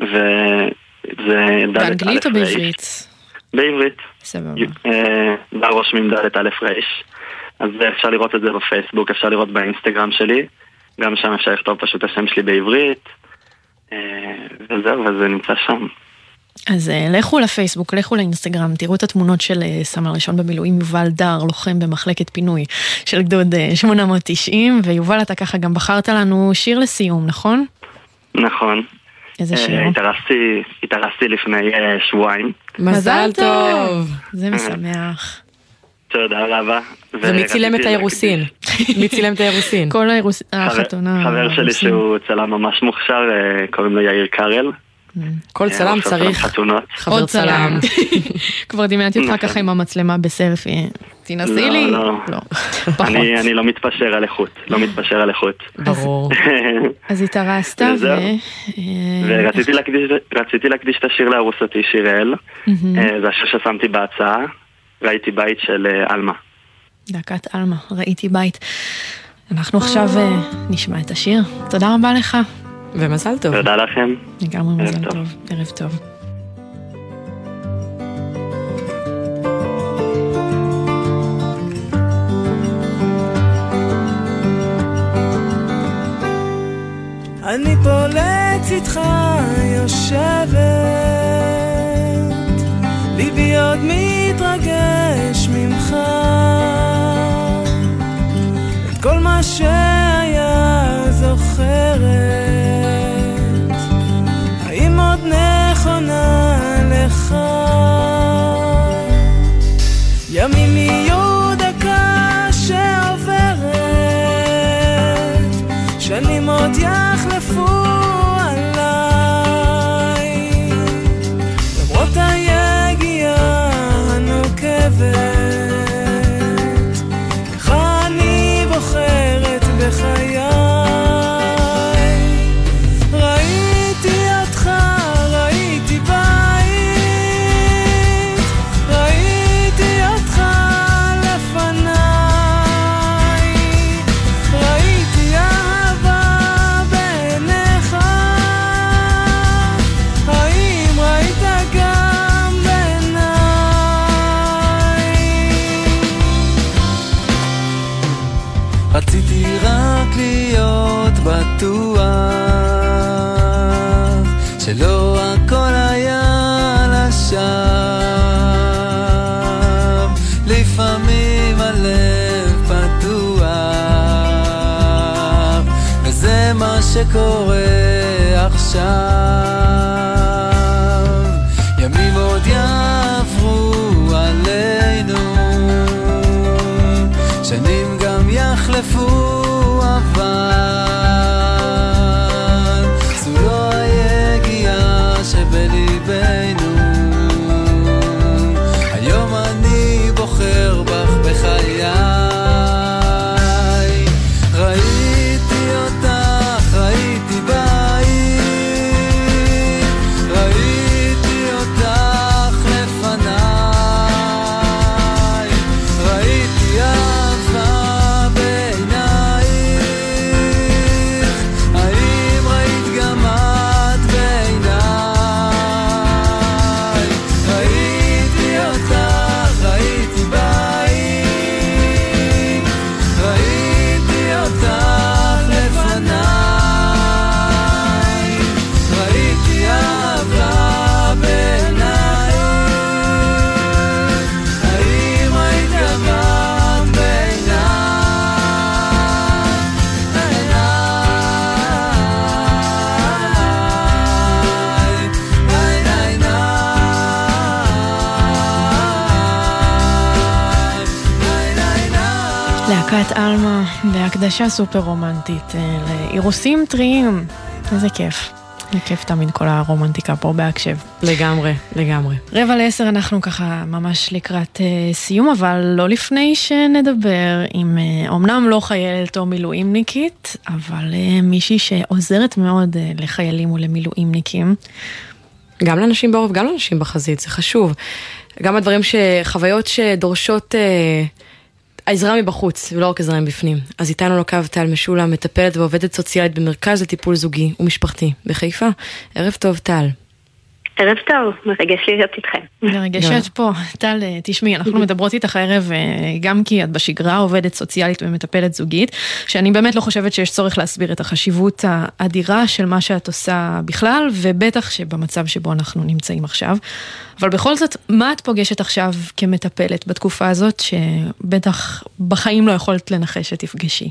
וזה באנגלית או בעברית? בעברית. סבבה. דר רושמים ד' א' ר'. אז אפשר לראות את זה בפייסבוק, אפשר לראות באינסטגרם שלי, גם שם אפשר לכתוב פשוט השם שלי בעברית, וזהו, וזה נמצא שם. אז לכו לפייסבוק, לכו לאינסטגרם, תראו את התמונות של סמל ראשון במילואים יובל דר, לוחם במחלקת פינוי של גדוד 890, ויובל, אתה ככה גם בחרת לנו שיר לסיום, נכון? נכון. איזה שיר? התארסתי לפני שבועיים. מזל טוב! זה משמח. תודה רבה. ומי צילם את האירוסין? מי צילם את האירוסין? כל החתונה. חבר שלי שהוא צלם ממש מוכשר, קוראים לו יאיר קרל. כל צלם צריך עוד צלם. כבר דמיינתי אותך ככה עם המצלמה בסלפי. תנסי לי? לא. אני לא מתפשר על איכות. לא מתפשר על איכות. ברור. אז התארסת ורציתי להקדיש את השיר לארוסתי שיראל. זה השיר ששמתי בהצעה. ראיתי בית של אלמה. דקת אלמה, ראיתי בית. אנחנו עכשיו נשמע את השיר. תודה רבה לך. ומזל טוב. תודה לכם. לגמרי מזל טוב. ערב טוב. אני פה לצדך יושבת, ליבי עוד מתרגש ממך, את כל מה שהיה זוכרת, האם עוד נכונה לך? ימים יהיו דקה שעוברת, שנים עוד יחלפו עליי, למרות היגיעה הנוקבת, איך אני בוחרת בחיי. ראיתי אותך, ראיתי בית, ראיתי אותך לפניי, ראיתי אהבה בעיניך, האם ראית גם בעיניי? רציתי רק להיות בטוח שלא הכל היה לשווא, לפעמים הלב פתוח, וזה מה שקורה עכשיו. ימים עוד יעברו עלינו, שנים גם יחלפו, אבל זו לא היגיעה שבליבנו. היום אני בוחר בך בחיי. ראיתי אותך, ראיתי בית, ראיתי אותך לפניי, ראיתי אהבה להקת אלמה בהקדשה סופר רומנטית לאירוסים טריים. איזה כיף. כיף תמיד כל הרומנטיקה פה בהקשב. לגמרי, לגמרי. 9:45 אנחנו ככה ממש לקראת סיום, אבל לא לפני שנדבר עם אומנם לא חיילת או מילואימניקית, אבל מישהי שעוזרת מאוד לחיילים ולמילואימניקים. גם לאנשים בעורף, גם לאנשים בחזית, זה חשוב. גם הדברים חוויות שדורשות העזרה מבחוץ, ולא רק עזרה מבפנים. אז איתנו לו קו טל משולה, מטפלת ועובדת סוציאלית במרכז לטיפול זוגי ומשפחתי בחיפה. ערב טוב, טל. ערב טוב, מרגש להיות איתכם. מרגשת פה. טל, תשמעי, אנחנו מדברות איתך הערב, גם כי את בשגרה עובדת סוציאלית ומטפלת זוגית, שאני באמת לא חושבת שיש צורך להסביר את החשיבות האדירה של מה שאת עושה בכלל, ובטח שבמצב שבו אנחנו נמצאים עכשיו. אבל בכל זאת, מה את פוגשת עכשיו כמטפלת בתקופה הזאת, שבטח בחיים לא יכולת לנחש שתפגשי?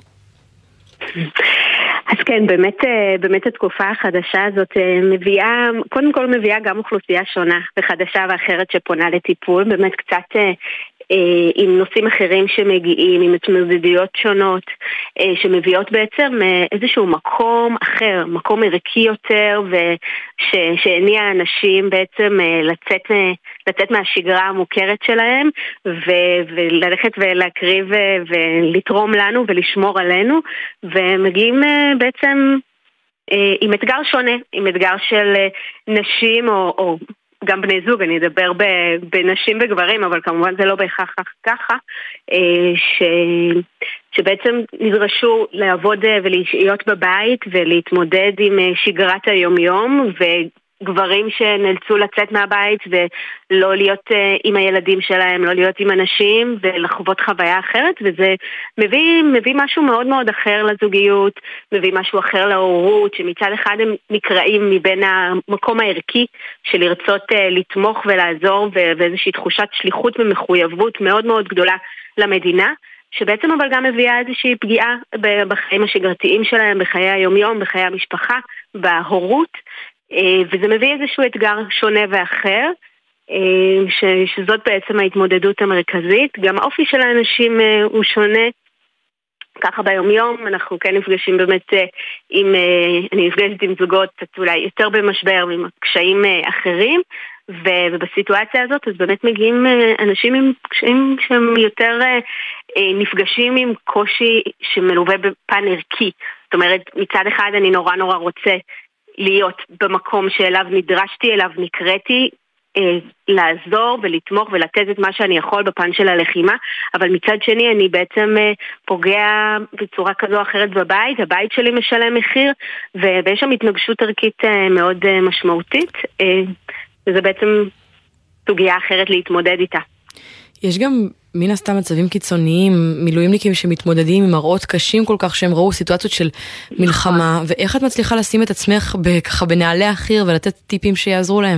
אז כן, באמת התקופה החדשה הזאת מביאה, קודם כל מביאה גם אוכלוסייה שונה וחדשה ואחרת שפונה לטיפול, באמת קצת עם נושאים אחרים שמגיעים, עם התמודדויות שונות, שמביאות בעצם איזשהו מקום אחר, מקום ערכי יותר, ושהניע אנשים בעצם לצאת מהשגרה המוכרת שלהם, וללכת ולהקריב ולתרום לנו ולשמור עלינו, ומגיעים בעצם עם אתגר שונה, עם אתגר של נשים או גם בני זוג, אני אדבר בנשים וגברים, אבל כמובן זה לא בהכרח ככה, שבעצם נדרשו לעבוד ולהיות בבית ולהתמודד עם שגרת היום-יום, וגברים שנאלצו לצאת מהבית ולא להיות עם הילדים שלהם, לא להיות עם אנשים ולחוות חוויה אחרת, וזה מביא משהו מאוד מאוד אחר לזוגיות, מביא משהו אחר להורות, שמצד אחד הם נקראים מבין המקום הערכי של לרצות לתמוך ולעזור, ואיזושהי תחושת שליחות ומחויבות מאוד מאוד גדולה למדינה, שבעצם אבל גם מביאה איזושהי פגיעה בחיים השגרתיים שלהם, בחיי היום-יום, בחיי המשפחה, בהורות, וזה מביא איזשהו אתגר שונה ואחר, שזאת בעצם ההתמודדות המרכזית. גם האופי של האנשים הוא שונה, ככה ביום-יום אנחנו כן נפגשים באמת אני נפגשת עם זוגות אולי יותר במשבר, עם קשיים אחרים, ובסיטואציה הזאת אז באמת מגיעים אנשים עם קשיים שהם יותר נפגשים עם קושי שמלווה בפן ערכי. זאת אומרת, מצד אחד אני נורא רוצה להיות במקום שאליו נדרשתי, אליו נקראתי, לעזור ולתמוך ולתת את מה שאני יכול בפן של הלחימה, אבל מצד שני אני בעצם פוגע בצורה כזו או אחרת בבית, הבית שלי משלם מחיר, ויש שם התנגשות ערכית מאוד משמעותית, וזה בעצם סוגיה אחרת להתמודד איתה. יש גם מן הסתם מצבים קיצוניים, מילואימניקים שמתמודדים עם מראות קשים כל כך, שהם ראו סיטואציות של מלחמה, ואיך את מצליחה לשים את עצמך ככה בנעלי אחיר ולתת טיפים שיעזרו להם?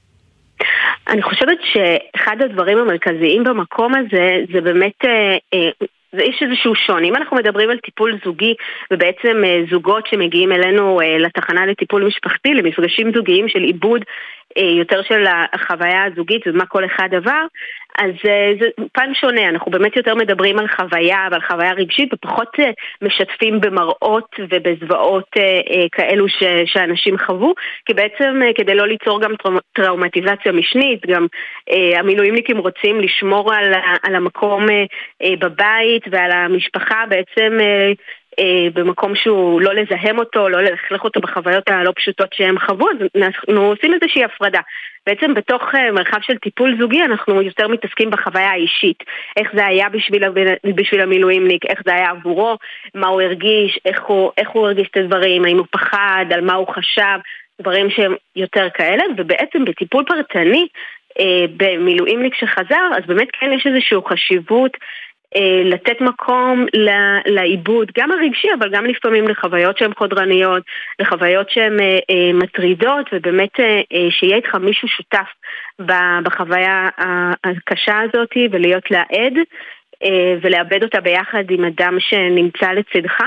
אני חושבת שאחד הדברים המרכזיים במקום הזה, זה באמת, יש איזשהו שון. אם אנחנו מדברים על טיפול זוגי, ובעצם זוגות שמגיעים אלינו לתחנה לטיפול משפחתי, למפגשים זוגיים של עיבוד יותר של החוויה הזוגית ומה כל אחד עבר, אז זה פן שונה. אנחנו באמת יותר מדברים על חוויה ועל חוויה רגשית, ופחות משתפים במראות ובזוועות כאלו שאנשים חוו, כי בעצם כדי לא ליצור גם טראומטיזציה משנית, גם המילואימניקים רוצים לשמור על המקום בבית ועל המשפחה בעצם במקום שהוא לא לזהם אותו, לא ללכלך אותו בחוויות הלא פשוטות שהם חוו, אז אנחנו עושים איזושהי הפרדה. בעצם בתוך מרחב של טיפול זוגי אנחנו יותר מתעסקים בחוויה האישית, איך זה היה בשביל המילואימניק, איך זה היה עבורו, מה הוא הרגיש, איך הוא הרגיש את הדברים, האם הוא פחד, על מה הוא חשב, דברים שהם יותר כאלה, ובעצם בטיפול פרטני במילואימניק שחזר, אז באמת כן יש איזושהי חשיבות לתת מקום לעיבוד, גם הרגשי, אבל גם לפעמים לחוויות שהן חודרניות, לחוויות שהן מטרידות, ובאמת שיהיה איתך מישהו שותף בחוויה הקשה הזאת, ולהיות לעד, ולאבד אותה ביחד עם אדם שנמצא לצדך.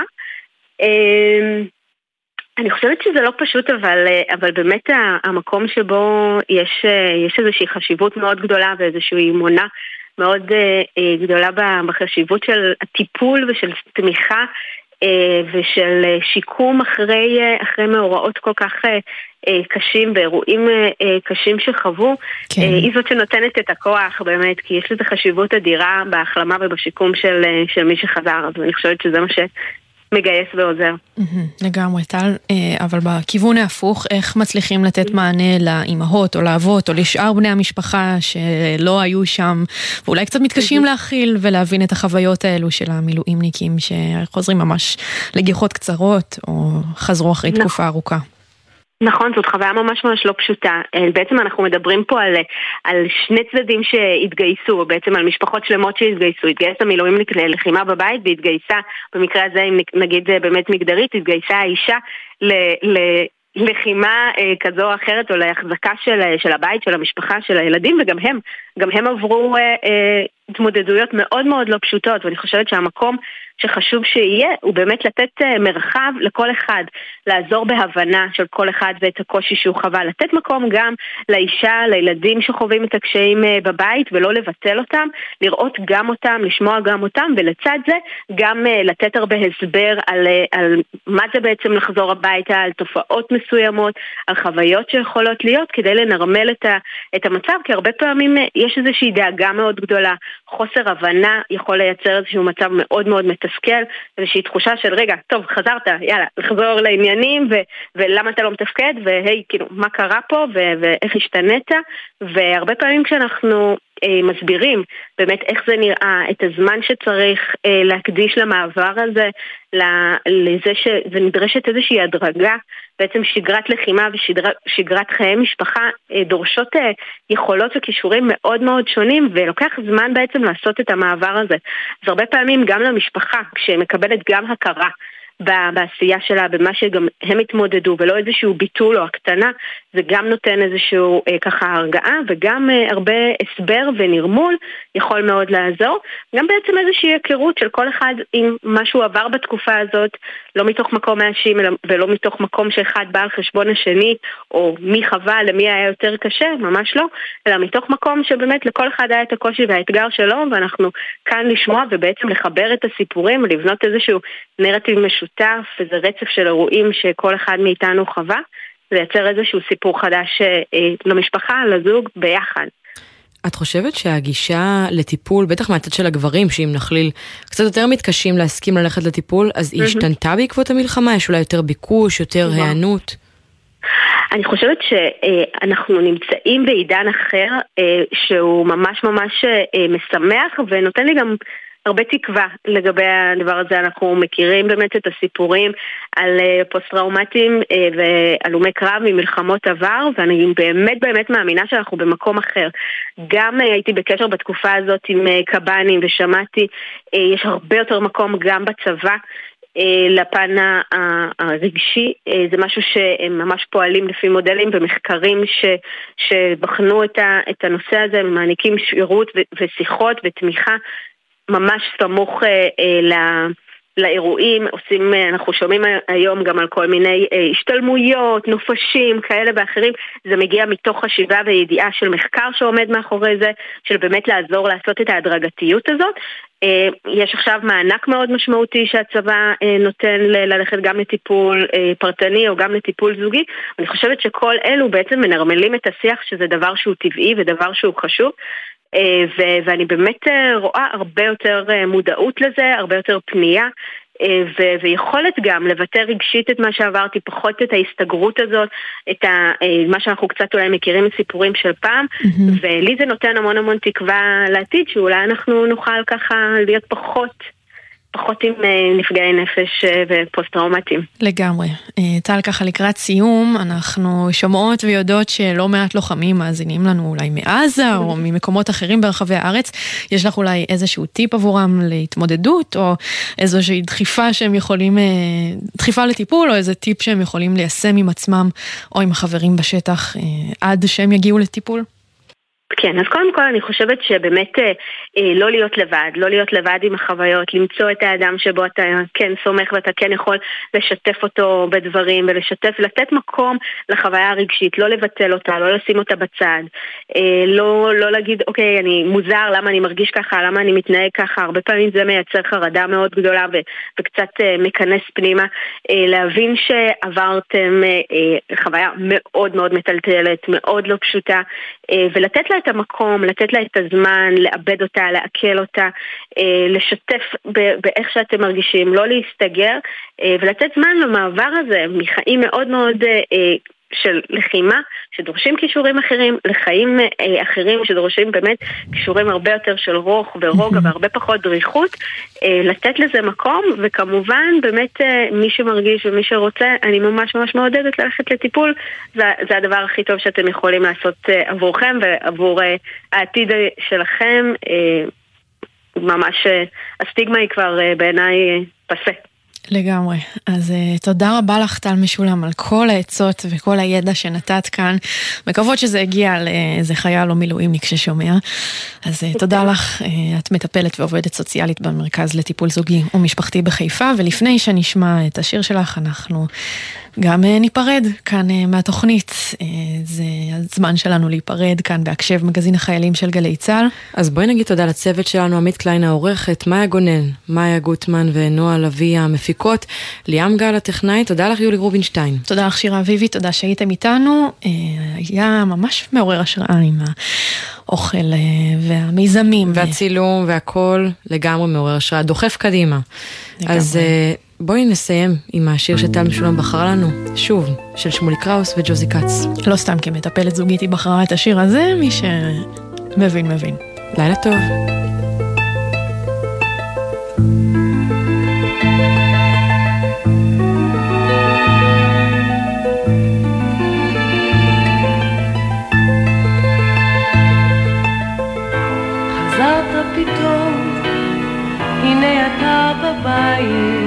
אני חושבת שזה לא פשוט, אבל באמת המקום שבו יש איזושהי חשיבות מאוד גדולה ואיזושהי אמונה מאוד גדולה בחשיבות של הטיפול ושל תמיכה ושל שיקום אחרי מאורעות כל כך קשים ואירועים קשים שחוו. כן. היא זאת שנותנת את הכוח באמת, כי יש לזה חשיבות אדירה בהחלמה ובשיקום של מי שחזר, אז אני חושבת שזה מה מגייס ועוזר. לגמרי, טל, אבל בכיוון ההפוך, איך מצליחים לתת מענה לאימהות או לאבות או לשאר בני המשפחה שלא היו שם, ואולי קצת מתקשים להכיל ולהבין את החוויות האלו של המילואימניקים שחוזרים ממש לגיחות קצרות או חזרו אחרי תקופה ארוכה? נכון, זאת חוויה ממש ממש לא פשוטה. בעצם אנחנו מדברים פה על שני צדדים שהתגייסו, בעצם על משפחות שלמות שהתגייסו. התגייס המילואימניק ללחימה בבית, והתגייסה, במקרה הזה, אם נגיד באמת מגדרית, התגייסה האישה ללחימה כזו או אחרת, או להחזקה של הבית, של המשפחה, של הילדים, וגם הם עברו התמודדויות מאוד מאוד לא פשוטות, ואני חושבת שהמקום שחשוב שיהיה הוא באמת לתת מרחב לכל אחד, לעזור בהבנה של כל אחד ואת הקושי שהוא חווה, לתת מקום גם לאישה, לילדים שחווים את הקשיים בבית ולא לבטל אותם, לראות גם אותם, לשמוע גם אותם, ולצד זה גם לתת הרבה הסבר על מה זה בעצם לחזור הביתה, על תופעות מסוימות, על חוויות שיכולות להיות כדי לנרמל את המצב, כי הרבה פעמים יש איזושהי דאגה מאוד גדולה, חוסר הבנה יכול לייצר איזשהו מצב מאוד מאוד מתסכל, איזושהי תחושה של רגע, טוב, חזרת, יאללה, לחזור לעניינים, ולמה אתה לא מתפקד, והי, כאילו, מה קרה פה, ואיך השתנית, והרבה פעמים כשאנחנו מסבירים באמת איך זה נראה, את הזמן שצריך להקדיש למעבר הזה, לזה שנדרשת איזושהי הדרגה, בעצם שגרת לחימה ושגרת חיי משפחה דורשות יכולות וכישורים מאוד מאוד שונים, ולוקח זמן בעצם לעשות את המעבר הזה. אז הרבה פעמים גם למשפחה, כשמקבלת גם הכרה בעשייה שלה, במה שגם הם התמודדו, ולא איזשהו ביטול או הקטנה, זה גם נותן איזשהו ככה הרגעה, וגם הרבה הסבר ונרמול יכול מאוד לעזור. גם בעצם איזושהי הכירות של כל אחד עם מה שהוא עבר בתקופה הזאת, לא מתוך מקום מאשים, ולא מתוך מקום שאחד בא על חשבון השני, או מי חווה, למי היה יותר קשה, ממש לא, אלא מתוך מקום שבאמת לכל אחד היה את הקושי והאתגר שלו, ואנחנו כאן לשמוע ובעצם לחבר את הסיפורים, ולבנות איזשהו נרטיב משותף, איזה רצף של אירועים שכל אחד מאיתנו חווה, לייצר איזשהו סיפור חדש למשפחה, לזוג, ביחד. את חושבת שהגישה לטיפול, בטח מהצד של הגברים, שאם נכליל קצת יותר מתקשים להסכים ללכת לטיפול, אז היא השתנתה בעקבות המלחמה? יש אולי יותר ביקוש, יותר הענות? אני חושבת שאנחנו נמצאים בעידן אחר, שהוא ממש ממש משמח, ונותן לי גם הרבה תקווה לגבי הדבר הזה. אנחנו מכירים באמת את הסיפורים על פוסט-טראומטיים והלומי קרב ממלחמות עבר, ואני באמת מאמינה שאנחנו במקום אחר. גם הייתי בקשר בתקופה הזאת עם קב"נים ושמעתי, יש הרבה יותר מקום גם בצבא לפן הרגשי. זה משהו שהם ממש פועלים לפי מודלים ומחקרים שבחנו את הנושא הזה, הם מעניקים שירות ושיחות ותמיכה ממש סמוך לאירועים. אנחנו שומעים היום גם על כל מיני השתלמויות, נופשים כאלה ואחרים. זה מגיע מתוך חשיבה וידיעה של מחקר שעומד מאחורי זה, של באמת לעזור לעשות את ההדרגתיות הזאת. יש עכשיו מענק מאוד משמעותי שהצבא נותן ללכת גם לטיפול פרטני או גם לטיפול זוגי. אני חושבת שכל אלו בעצם מנרמלים את השיח, שזה דבר שהוא טבעי ודבר שהוא חשוב. ואני באמת רואה הרבה יותר מודעות לזה, הרבה יותר פנייה, ויכולת גם לבטא רגשית את מה שעברתי, פחות את ההסתגרות הזאת, את מה שאנחנו קצת אולי מכירים מסיפורים של פעם, ולי זה נותן המון המון תקווה לעתיד, שאולי אנחנו נוכל ככה להיות פחות עם נפגעי נפש ופוסט-טראומטיים. לגמרי. טל, ככה לקראת סיום, אנחנו שומעות ויודעות שלא מעט לוחמים מאזינים לנו אולי מעזה או ממקומות אחרים ברחבי הארץ. יש לך אולי איזשהו טיפ עבורם להתמודדות, או איזושהי דחיפה שהם יכולים, דחיפה לטיפול, או איזה טיפ שהם יכולים ליישם עם עצמם או עם החברים בשטח עד שהם יגיעו לטיפול? כן, אז קודם כל אני חושבת שבאמת לא להיות לבד, לא להיות לבד עם החוויות, למצוא את האדם שבו אתה כן סומך ואתה כן יכול לשתף אותו בדברים ולשתף, לתת מקום לחוויה הרגשית, לא לבטל אותה, לא לשים אותה בצד, לא להגיד אוקיי, אני מוזר, למה אני מרגיש ככה, למה אני מתנהג ככה, הרבה פעמים זה מייצר חרדה מאוד גדולה וקצת מכנס פנימה, להבין שעברתם חוויה מאוד מאוד מטלטלת, מאוד לא פשוטה, ולתת לה את המקום, לתת לה את הזמן, לאבד אותה, לעכל אותה, לשתף באיך שאתם מרגישים, לא להסתגר, ולתת זמן למעבר הזה מחיים מאוד מאוד של לחימה, שדורשים כישורים אחרים, לחיים אחרים שדורשים באמת כישורים הרבה יותר של רוח ורוגע והרבה פחות דריכות, לתת לזה מקום, וכמובן באמת מי שמרגיש ומי שרוצה, אני ממש ממש מעודדת ללכת לטיפול, זה הדבר הכי טוב שאתם יכולים לעשות עבורכם ועבור העתיד שלכם, ממש הסטיגמה היא כבר בעיניי פסה. לגמרי. אז תודה רבה לך טל משולם על כל העצות וכל הידע שנתת כאן. מקוות שזה הגיע לאיזה חייל או מילואימניק ששומע. אז תודה לך. את מטפלת ועובדת סוציאלית במרכז לטיפול זוגי ומשפחתי בחיפה, ולפני שנשמע את השיר שלך אנחנו גם ניפרד כאן מהתוכנית. זה הזמן שלנו להיפרד כאן בהקשב מגזין החיילים של גלי צה"ל. אז בואי נגיד תודה לצוות שלנו, עמית קליין העורכת, מאיה גונן, מאיה גוטמן ונועה לוי המפיקות, ליאם גל הטכנאי, תודה לך יולי רובינשטיין. תודה לך שירה אביבי, תודה שהייתם איתנו. היה ממש מעורר השראה עם האוכל והמיזמים. והצילום והכל לגמרי מעורר השראה, דוחף קדימה. לגמרי. אז בואי נסיים עם השיר שטל משולם בחרה לנו, שוב, של שמולי קראוס וג'וזי קץ. לא סתם כמטפלת זוגית היא בחרה את השיר הזה, מי שמבין מבין. לילה טוב. חזרת פתאום, הנה אתה בבית,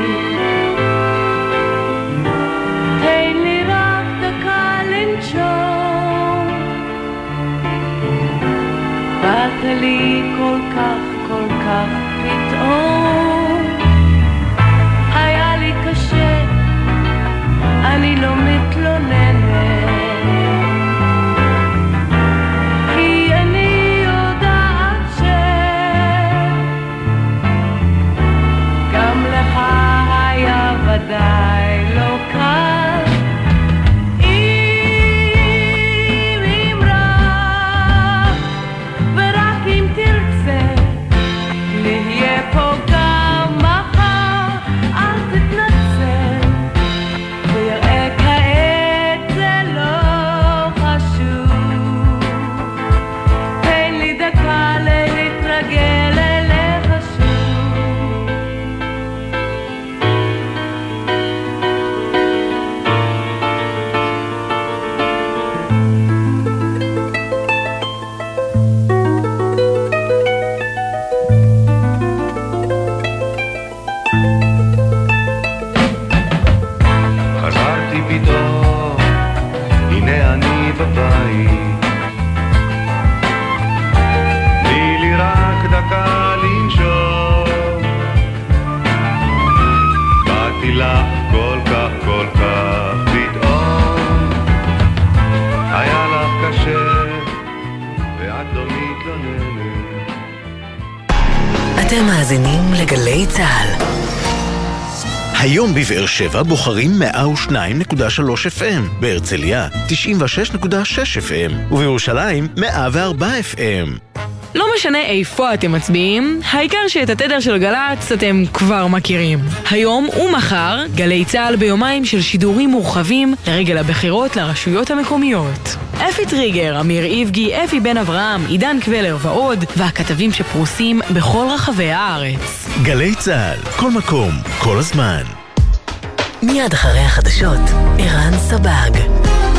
באת לי כל כך פתאום, היה לי קשה, אני לא מתלוננת, כי אני יודעת שגם לך היה ודאי לא קל. אתם מאזינים לגלי צה"ל. היום בבאר שבע בוחרים 102.3 FM, בהרצליה 96.6 FM, ובירושלים 104 FM. לא משנה איפה אתם מצביעים, העיקר שאת התדר של גלץ אתם כבר מכירים. היום ומחר, גלי צה"ל ביומיים של שידורים מורחבים לרגל הבחירות לרשויות המקומיות. אפי טריגר, אמיר איבגי, אפי בן אברהם, עידן קבלר ועוד, והכתבים שפרוסים בכל רחבי הארץ. גלי צה"ל, כל מקום, כל הזמן. מיד אחרי החדשות, ערן סבג.